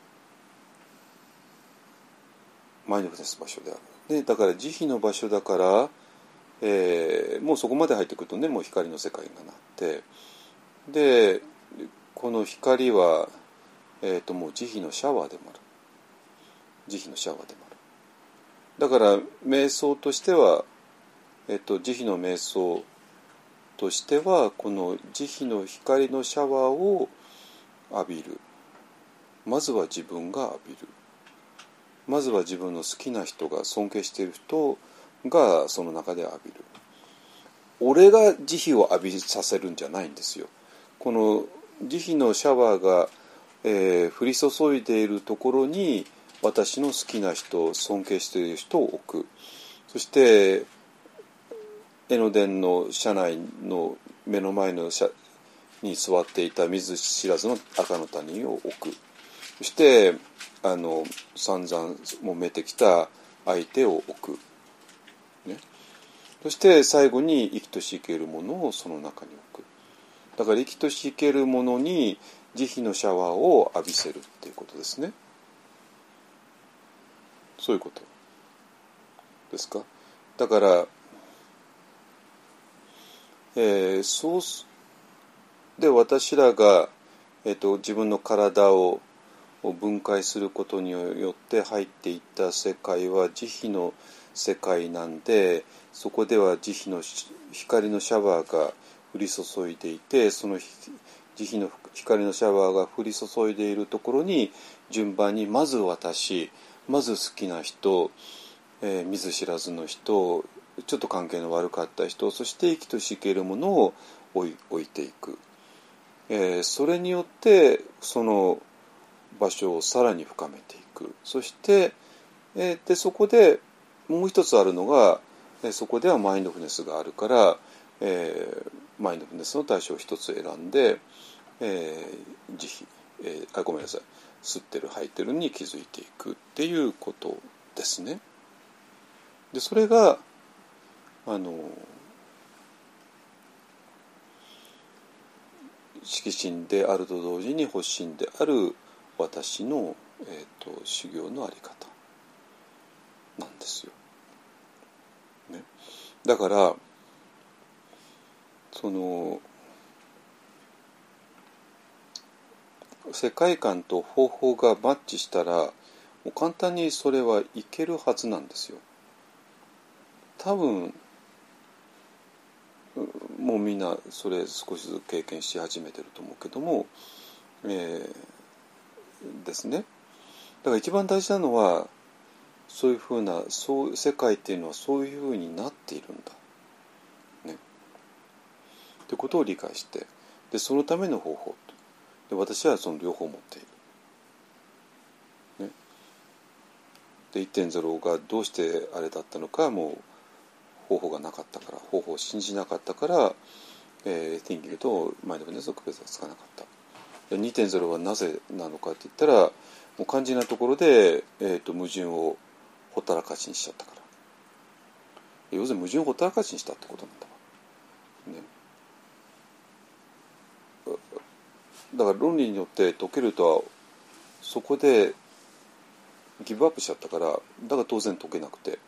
Speaker 3: マインドフルネス場所である。でだから慈悲の場所だから、えー、もうそこまで入ってくるとね、もう光の世界がなって、でこの光は、えーと、もう慈悲のシャワーでもある。慈悲のシャワーでもある。だから瞑想としては、えっと、慈悲の瞑想としてはこの慈悲の光のシャワーを浴びる。まずは自分が浴びる。まずは自分の好きな人が尊敬している人がその中で浴びる。俺が慈悲を浴びさせるんじゃないんですよ。この慈悲のシャワーが、えー、降り注いでいるところに私の好きな人、尊敬している人を置く。そして江ノ電の車内の目の前の車に座っていた見ず知らずの赤の他人を置く。そしてあの散々揉めてきた相手を置く、ね、そして最後に生きとし生けるものをその中に置く。だから生きとし生けるものに慈悲のシャワーを浴びせるっていうことですね。そういうことですか。だから、えー、そうで私らが、えーと、自分の体を分解することによって入っていった世界は慈悲の世界なんで、そこでは慈悲の光のシャワーが降り注いでいて、その慈悲の光のシャワーが降り注いでいるところに順番にまず私、まず好きな人、えー、見ず知らずの人、ちょっと関係の悪かった人、そして生きとし生けるものを置い、置いていく、えー、それによってその場所をさらに深めていく。そして、えー、でそこでもう一つあるのが、えー、そこではマインドフルネスがあるから、えー、マインドフルネスの対象を一つ選んで、えー、慈悲、えー、あごめんなさい吸ってる吐いてるに気づいていくっていうことですね。でそれがあの色心であると同時に発心である私の、えーと、修行のあり方なんですよ、ね、だからその世界観と方法がマッチしたらもう簡単にそれはいけるはずなんですよ。多分もうみんなそれ少しずつ経験し始めてると思うけども、えー、ですね。だから一番大事なのはそういうふうなそう世界っていうのはそういうふうになっているんだ、ね、ということを理解して、でそのための方法で私はその両方を持っている、ね、で いってんゼロ がどうしてあれだったのかもう方法がなかったから方法を信じなかったから、えー、Thinking とマインドフルネスの区別がつかなかった。 にてんゼロ はなぜなのかって言ったらもう肝心なところで、えー、と矛盾をほったらかしにしちゃったから、要するに矛盾をほったらかしにしたってことなんだわ、ね、だから論理によって解けるとはそこでギブアップしちゃったから、だから当然解けなくて、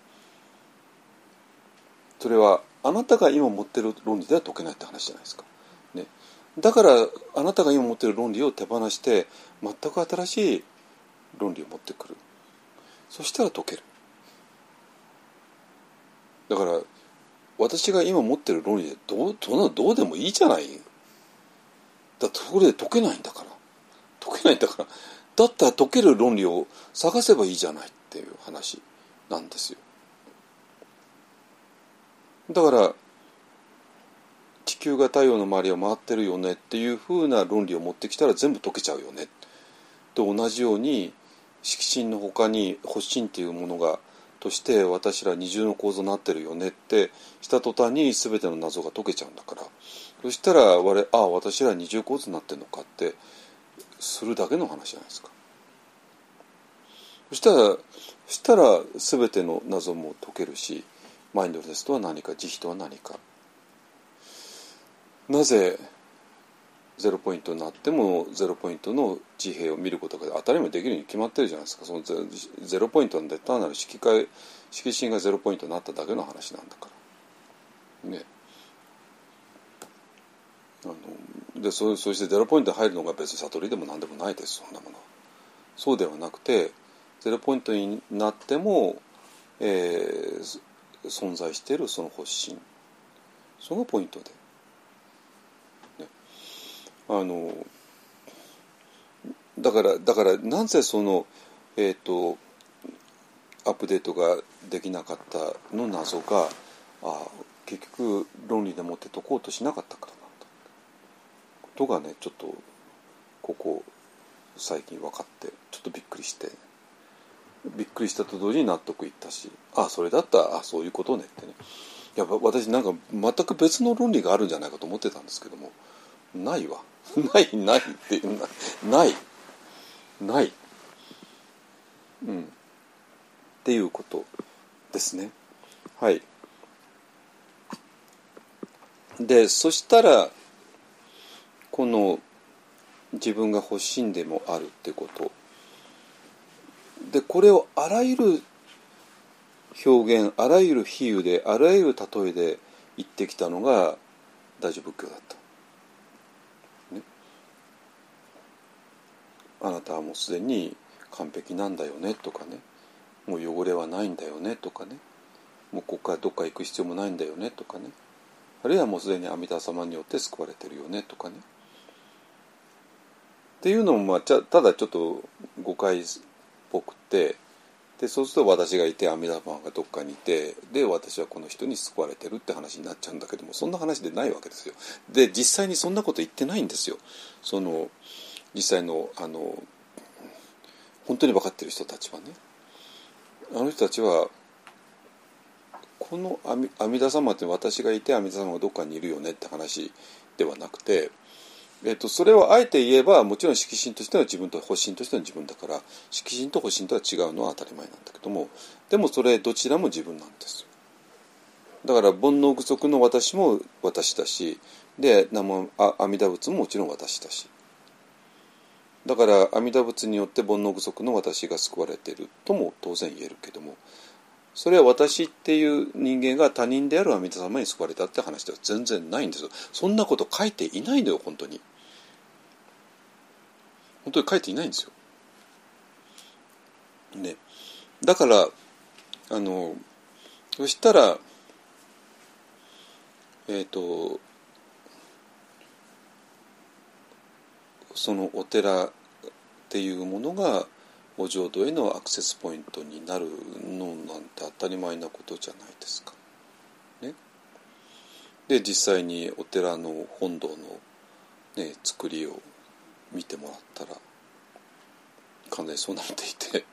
Speaker 3: それはあなたが今持ってる論理では解けないって話じゃないですか、ね、だからあなたが今持ってる論理を手放して全く新しい論理を持ってくる。そしたら解ける。だから私が今持ってる論理でどう、どう、どうでもいいじゃない。だってそれで解けないんだから解けないんだからだったら解ける論理を探せばいいじゃないっていう話なんですよ。だから地球が太陽の周りを回ってるよねっていう風な論理を持ってきたら全部解けちゃうよねと同じように、色心の他に発心っていうものがとして私ら二重の構造になってるよねってした途端に全ての謎が解けちゃうんだから、そしたら我ああ私ら二重構造になってるのかってするだけの話じゃないですか。そしたらそしたら全ての謎も解けるし、マインドフルネスとは何か、慈悲とは何か、なぜゼロポイントになってもゼロポイントの自閉を見ることが当たり前にできるに決まってるじゃないですか。その ゼ, ゼロポイントなんで単なる色界色心がゼロポイントになっただけの話なんだからね。あので そ, そしてゼロポイントに入るのが別に悟りでも何でもないです。そんなものそうではなくて、ゼロポイントになっても、えー、存在しているその発心、そのポイントで、ね、あのだからだからなぜそのえっとアップデートができなかったの謎があ結局論理でもって解こうとしなかったからなんだことがね、ちょっとここ最近分かってちょっとびっくりしてびっくりしたと同時に納得いったし、あそれだったらあそういうことねってね。やっぱ私なんか全く別の論理があるんじゃないかと思ってたんですけども、ないわないないってないないうんっていうことですね。はい。でそしたらこの自分が発心でもあるってことで、これをあらゆる表現、あらゆる比喩で、あらゆる例えで言ってきたのが大乗仏教だった、ね、あなたはもうすでに完璧なんだよねとかね、もう汚れはないんだよねとかね、もうここからどっか行く必要もないんだよねとかね、あるいはもうすでに阿弥陀様によって救われてるよねとかねっていうのも、まあ、ただちょっと誤解っぽくて、でそうすると私がいて阿弥陀様がどっかにいて、で私はこの人に救われてるって話になっちゃうんだけども、そんな話でないわけですよ。で実際にそんなこと言ってないんですよ。その実際のあの本当に分かってる人たちはね、あの人たちはこの阿弥、阿弥陀様って私がいて阿弥陀様がどっかにいるよねって話ではなくて、えっと、それをあえて言えばもちろん色心としては自分と発心としては自分だから、色心と発心とは違うのは当たり前なんだけども、でもそれどちらも自分なんですよ。だから煩悩具足の私も私だし、で南無阿弥陀仏ももちろん私だし、だから阿弥陀仏によって煩悩具足の私が救われているとも当然言えるけども、 それは私っていう人間が他人である阿弥陀様に救われたって話では全然ないんですよ。そんなこと書いていないのよ、本当に。本当に書いていないんですよ。ね、だからあのそしたらえっとそのお寺っていうものがお浄土へのアクセスポイントになるのなんて当たり前なことじゃないですか。ね、で実際にお寺の本堂の、ね、作りを見てもらったらかなりそうなっていて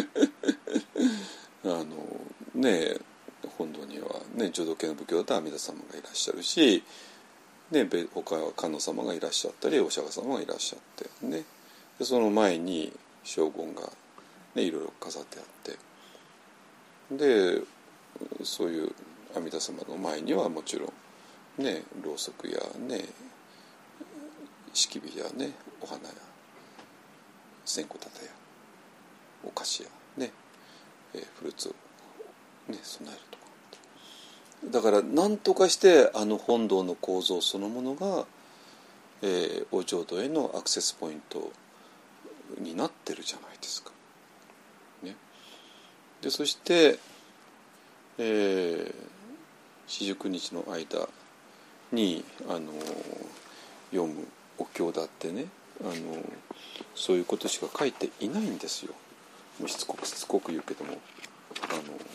Speaker 3: あのね本堂にはね浄土系の仏教だと阿弥陀様がいらっしゃるし、ね、他は観音様がいらっしゃったりお釈迦様がいらっしゃってね、でその前に荘厳が、ね、いろいろ飾ってあって、でそういう阿弥陀様の前にはもちろんねろうそくやね敷火やねお花や線香立てやお菓子やね、えー、フルーツを、ね、備えるとか。だから何とかしてあの本堂の構造そのものが、えー、お浄土へのアクセスポイントになってるじゃないですか。ね、でそして、えー、四十九日の間にあの読むお経だってねあのそういうことしか書いていないんですよ。しつこくしつこく言うけどもあ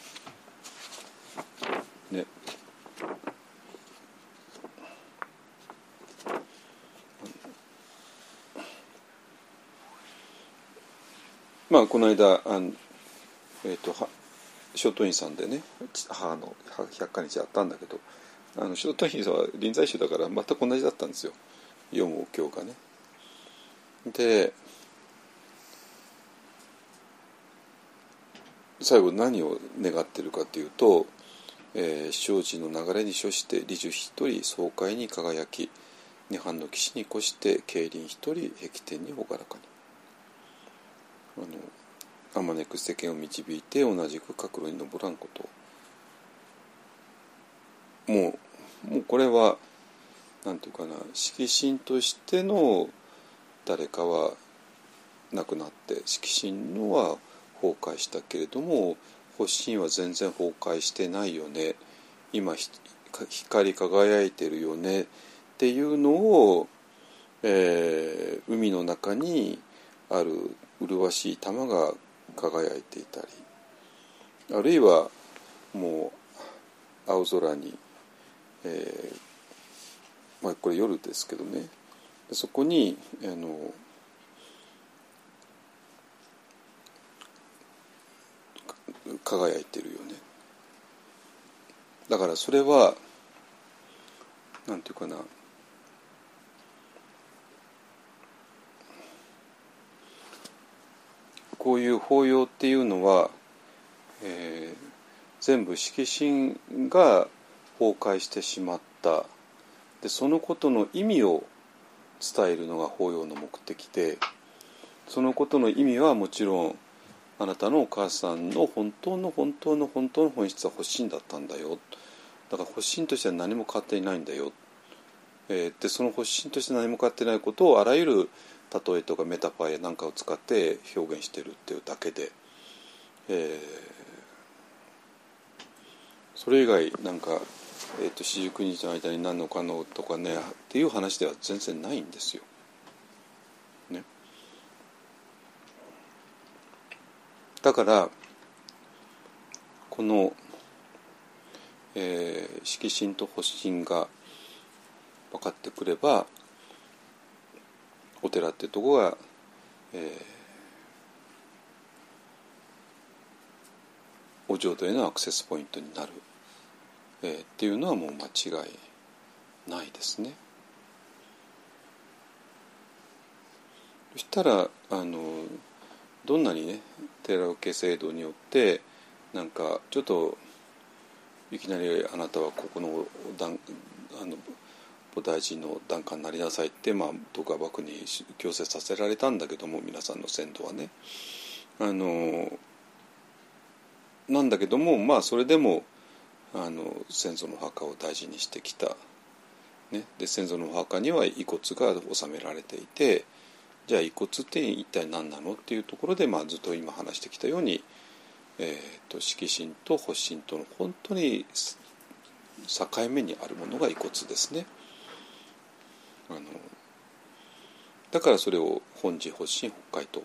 Speaker 3: のねまあこの間あの、えー、と正洞院さんでね母の百花日あったんだけど、あの正洞院さんは臨済宗だから全く同じだったんですよ、読むお経がね。で最後何を願ってるかというと、えー、生死の流れに処して理樹一人爽快に輝き、涅槃の岸に越して競輪一人壁天に朗らかに、あのあまねく世間を導いて同じく角路に登らんこと。もうもうこれはなんていうかな、色神としての誰かは亡くなって色神のは崩壊したけれども発心は全然崩壊してないよね、今光り輝いてるよねっていうのを、えー、海の中にある麗しい玉が輝いていたり、あるいはもう青空に、えーまあ、これ夜ですけどね、そこにあの輝いてるよね。だからそれはなんていうかな、こういう法要っていうのは、えー、全部色神が崩壊してしまった。でそのことの意味を伝えるのが法要の目的で、そのことの意味はもちろんあなたのお母さんの本当の本当の本当の本質は発心だったんだよ。だから発心としては何も変わっていないんだよ。えー、でその発心として何も変わっていないことをあらゆる例えとかメタファーやなんかを使って表現しているっていうだけで、えー、それ以外なんか、えー、と四十九日の間に何のかのとかねっていう話では全然ないんですよ。ね。だからこの、えー、色心と発心が分かってくればお寺ってとこが、えー、お浄土へのアクセスポイントになる、えー、っていうのはもう間違いないですね。そしたらあのどんなにね寺受け制度によってなんかちょっといきなりあなたはここの段あの菩提寺の檀家になりなさいって、まあ、徳川幕府に強制させられたんだけども、皆さんの先祖はねあのなんだけども、まあそれでもあの先祖のお墓を大事にしてきた、ね、で先祖のお墓には遺骨が納められていて、じゃあ遺骨って一体何なのっていうところで、まあ、ずっと今話してきたように、えー、と色神と発神との本当に境目にあるものが遺骨ですね。あのだからそれを本寺発神北海東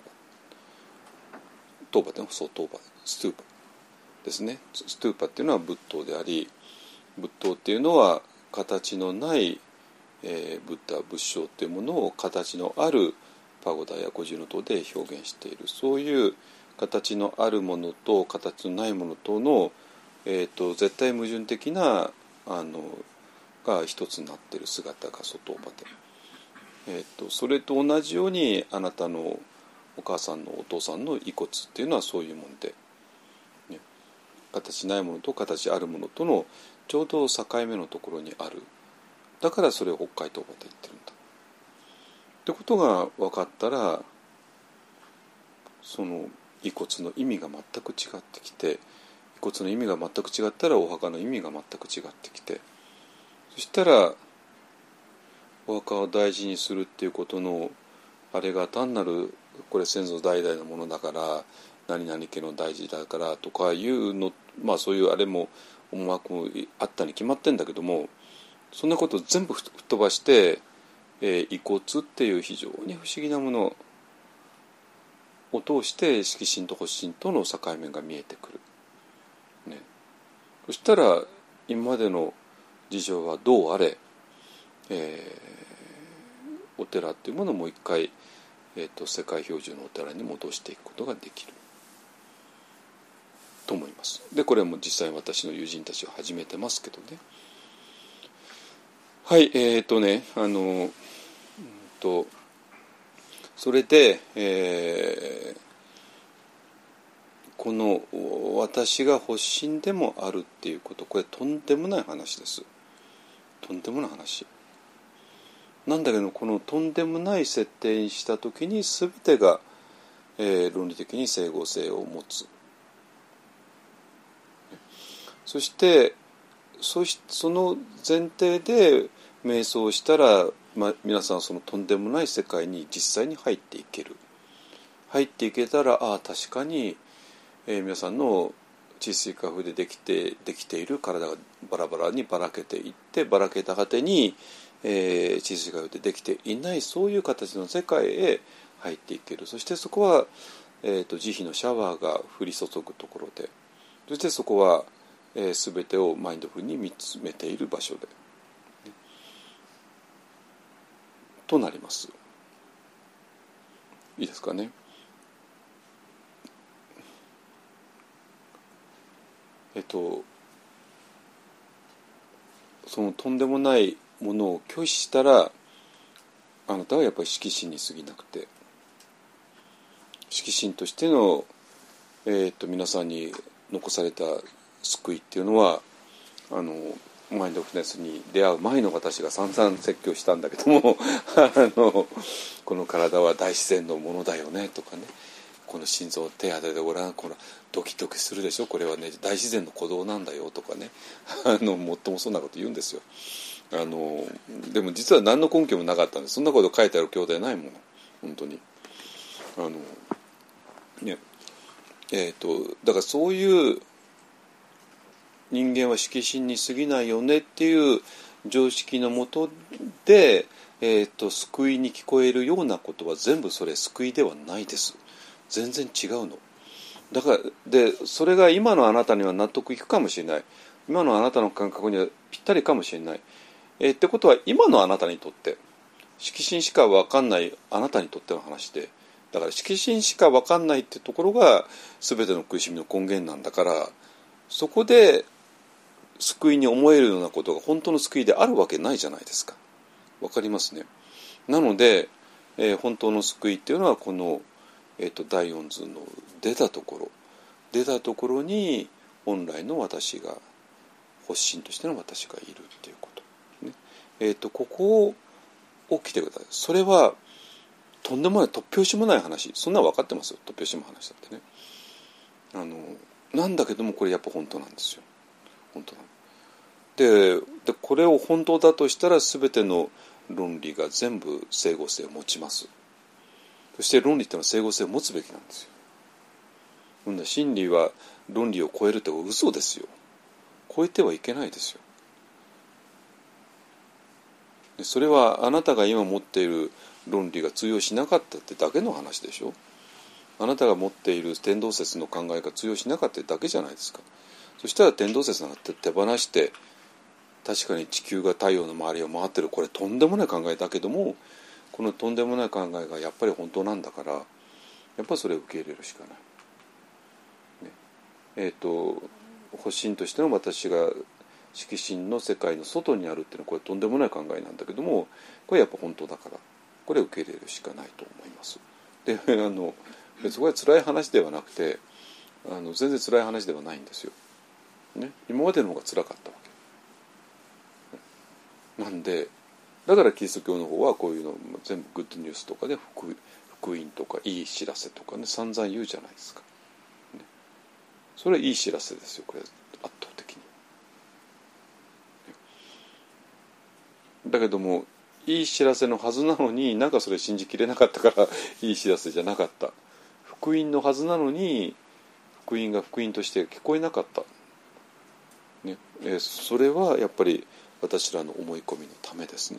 Speaker 3: 東馬でもそう東馬ストゥーパですね。ストゥーパっていうのは仏塔であり、仏塔っていうのは形のない、えー、ブッダ仏性っていうものを形のあるパゴダや五重塔で表現している、そういう形のあるものと形のないものとの、えー、と絶対矛盾的なあのが一つになっている姿が外場で、えー、とそれと同じようにあなたのお母さんのお父さんの遺骨っていうのはそういうもので、ね、形ないものと形あるものとのちょうど境目のところにある。だからそれを北海道場で言ってるんだってことが分かったら、その遺骨の意味が全く違ってきて、遺骨の意味が全く違ったらお墓の意味が全く違ってきて、そしたらお墓を大事にするっていうことのあれが単なるこれ先祖代々のものだから何々家の大事だからとかいうの、まあそういうあれも思惑もあったに決まってんだけども、そんなことを全部吹っ飛ばして、えー、遺骨っていう非常に不思議なものを通して色神と発神との境目が見えてくる、ね、そしたら今までの事情はどうあれ、えー、お寺っていうものをもう一回、えーと、世界標準のお寺に戻していくことができると思います。でこれも実際私の友人たちが始めてますけどね。はいえーとねあの、うんとそれで、えー、この私が発心でもあるっていうこと、これとんでもない話です。とんでもない話なんだけど、このとんでもない設定にしたときに全てが、えー、論理的に整合性を持つ。そしてそしその前提で瞑想したら、ま、皆さんはそのとんでもない世界に実際に入っていける。入っていけたら、ああ確かに、えー、皆さんの地水化風でできてできている体がバラバラにばらけていって、ばらけた果てに、えー、地水化風でできていないそういう形の世界へ入っていける。そしてそこは、えーと、慈悲のシャワーが降り注ぐところで、そしてそこは、えー、全てをマインドフルに見つめている場所で、ね、となります。いいですかね。えっとそのとんでもないものを拒否したら、あなたはやっぱり色神に過ぎなくて、色神としての、えー、と皆さんに残された救いっていうのは、あのマインドフルネスに出会う前の私が散々説教したんだけどもあのこの体は大自然のものだよねとかね、この心臓手当てでごらん、このドキドキするでしょ、これはね大自然の鼓動なんだよとかね、あのもっともそんなこと言うんですよ。あのでも実は何の根拠もなかったんです。そんなこと書いてある教材ないもの本当に。あのねえーとだからそういう人間は色神に過ぎないよねっていう常識のもとで、えーと救いに聞こえるようなことは全部それ救いではないです。全然違うのだから。でそれが今のあなたには納得いくかもしれない、今のあなたの感覚にはぴったりかもしれない、えー、ってことは今のあなたにとって色神しか分かんないあなたにとっての話で、だから色神しか分かんないってところが全ての苦しみの根源なんだから、そこで救いに思えるようなことが本当の救いであるわけないじゃないですか。分かりますね。なので、えー、本当の救いっていうのはこのえー、と第四図の出たところ出たところに本来の私が発心としての私がいるっていうこと、ねえー、とここを来てください。それはとんでもない突拍子もない話、そんなの分かってますよ、突拍子もない話だってね。あのなんだけどもこれやっぱ本当なんですよ。本当なんで、でこれを本当だとしたら全ての論理が全部整合性を持ちます。そして論理ってのは整合性を持つべきなんですよ。真理は論理を超えるって嘘ですよ。超えてはいけないですよ。それはあなたが今持っている論理が通用しなかったってだけの話でしょ。あなたが持っている天動説の考えが通用しなかっただけじゃないですか。そしたら天動説なんて手放して、確かに地球が太陽の周りを回ってる、これとんでもない考えだけども、このとんでもない考えがやっぱり本当なんだから、やっぱりそれを受け入れるしかない、ね、えっと発心としての私が色心の世界の外にあるっていうのはこれとんでもない考えなんだけども、これやっぱ本当だからこれを受け入れるしかないと思います。で、あのそこは辛い話ではなくて、あの全然辛い話ではないんですよ、ね、今までの方が辛かったわけなんで、だからキリスト教の方はこういうの全部グッドニュースとかで 福, 福音とかいい知らせとかね散々言うじゃないですか、ね、それはいい知らせですよ、これ圧倒的に。だけどもいい知らせのはずなのに、なんかそれ信じきれなかったからいい知らせじゃなかった。福音のはずなのに福音が福音として聞こえなかった、ねえー、それはやっぱり私らの思い込みのためですね。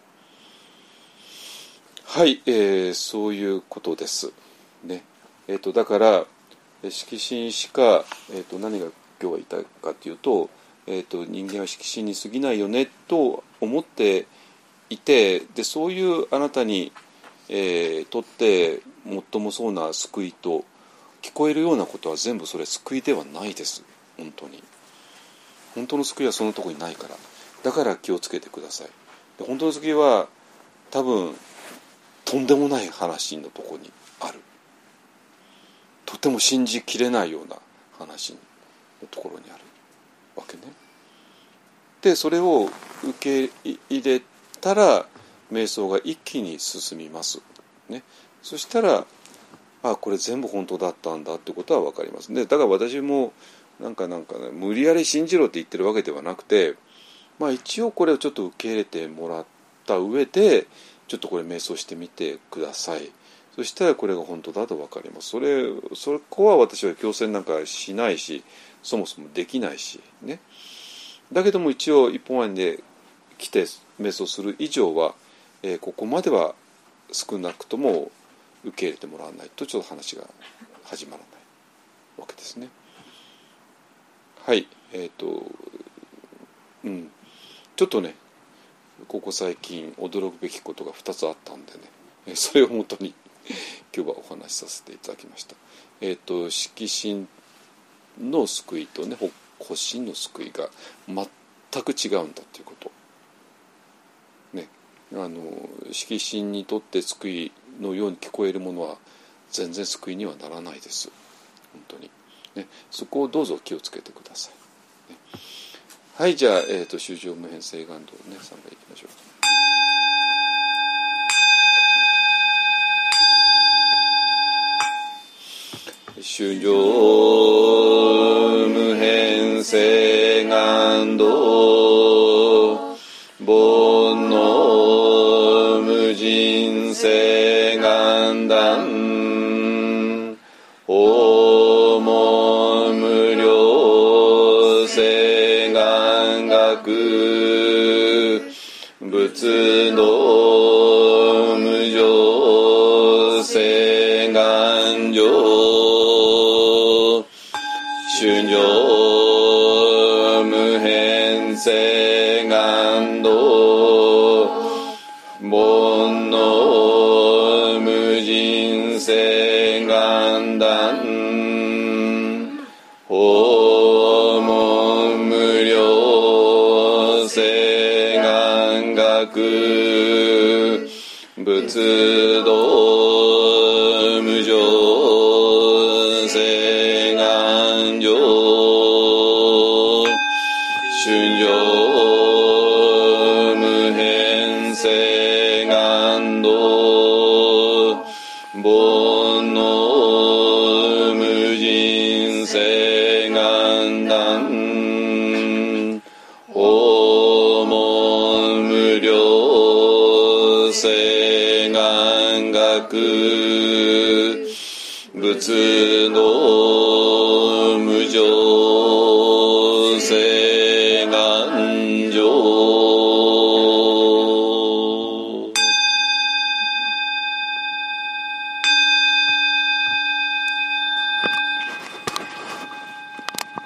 Speaker 3: はい、えー、そういうことです、ねえー、とだから色心しか、えー、と何が今日は言いたいかというと、えー、と人間は色心に過ぎないよねと思っていて、でそういうあなたに、えー、とって最もそうな救いと聞こえるようなことは全部それ救いではないです。本当に本当の救いはそのところにないから、だから気をつけてください。で本当の救いは多分とんでもない話のところにある、とても信じきれないような話のところにあるわけね。でそれを受け入れたら瞑想が一気に進みます、ね、そしたらあこれ全部本当だったんだってことは分かりますね。だから私もなんかなんか、ね、無理やり信じろって言ってるわけではなくて、まあ、一応これをちょっと受け入れてもらった上でちょっとこれ瞑想してみてください。そしたらこれが本当だと分かります。それそこは私は強制なんかしないし、そもそもできないしね。だけども一応一本案で来て瞑想する以上は、えー、ここまでは少なくとも受け入れてもらわないとちょっと話が始まらないわけですね。はいえっ、ー、とうんちょっとねここ最近驚くべきことがふたつあったんでね、それをもとに今日はお話しさせていただきました。えっ、ー、と色心の救いとね発心の救いが全く違うんだということね。あの色心にとって救いのように聞こえるものは全然救いにはならないです。本当に、ね、そこをどうぞ気をつけてください、ね、はい、じゃあ、えーと、衆生無変誓願道ね、さんばいいきましょう。衆生無変誓願道煩悩無尽誓願断訪問無量誓願学仏道無常誓願上衆生無変誓願道煩悩無尽誓願断訪問無量誓願学仏道無常誓願上衆生無変誓願道煩悩無尽誓
Speaker 1: 世願学仏の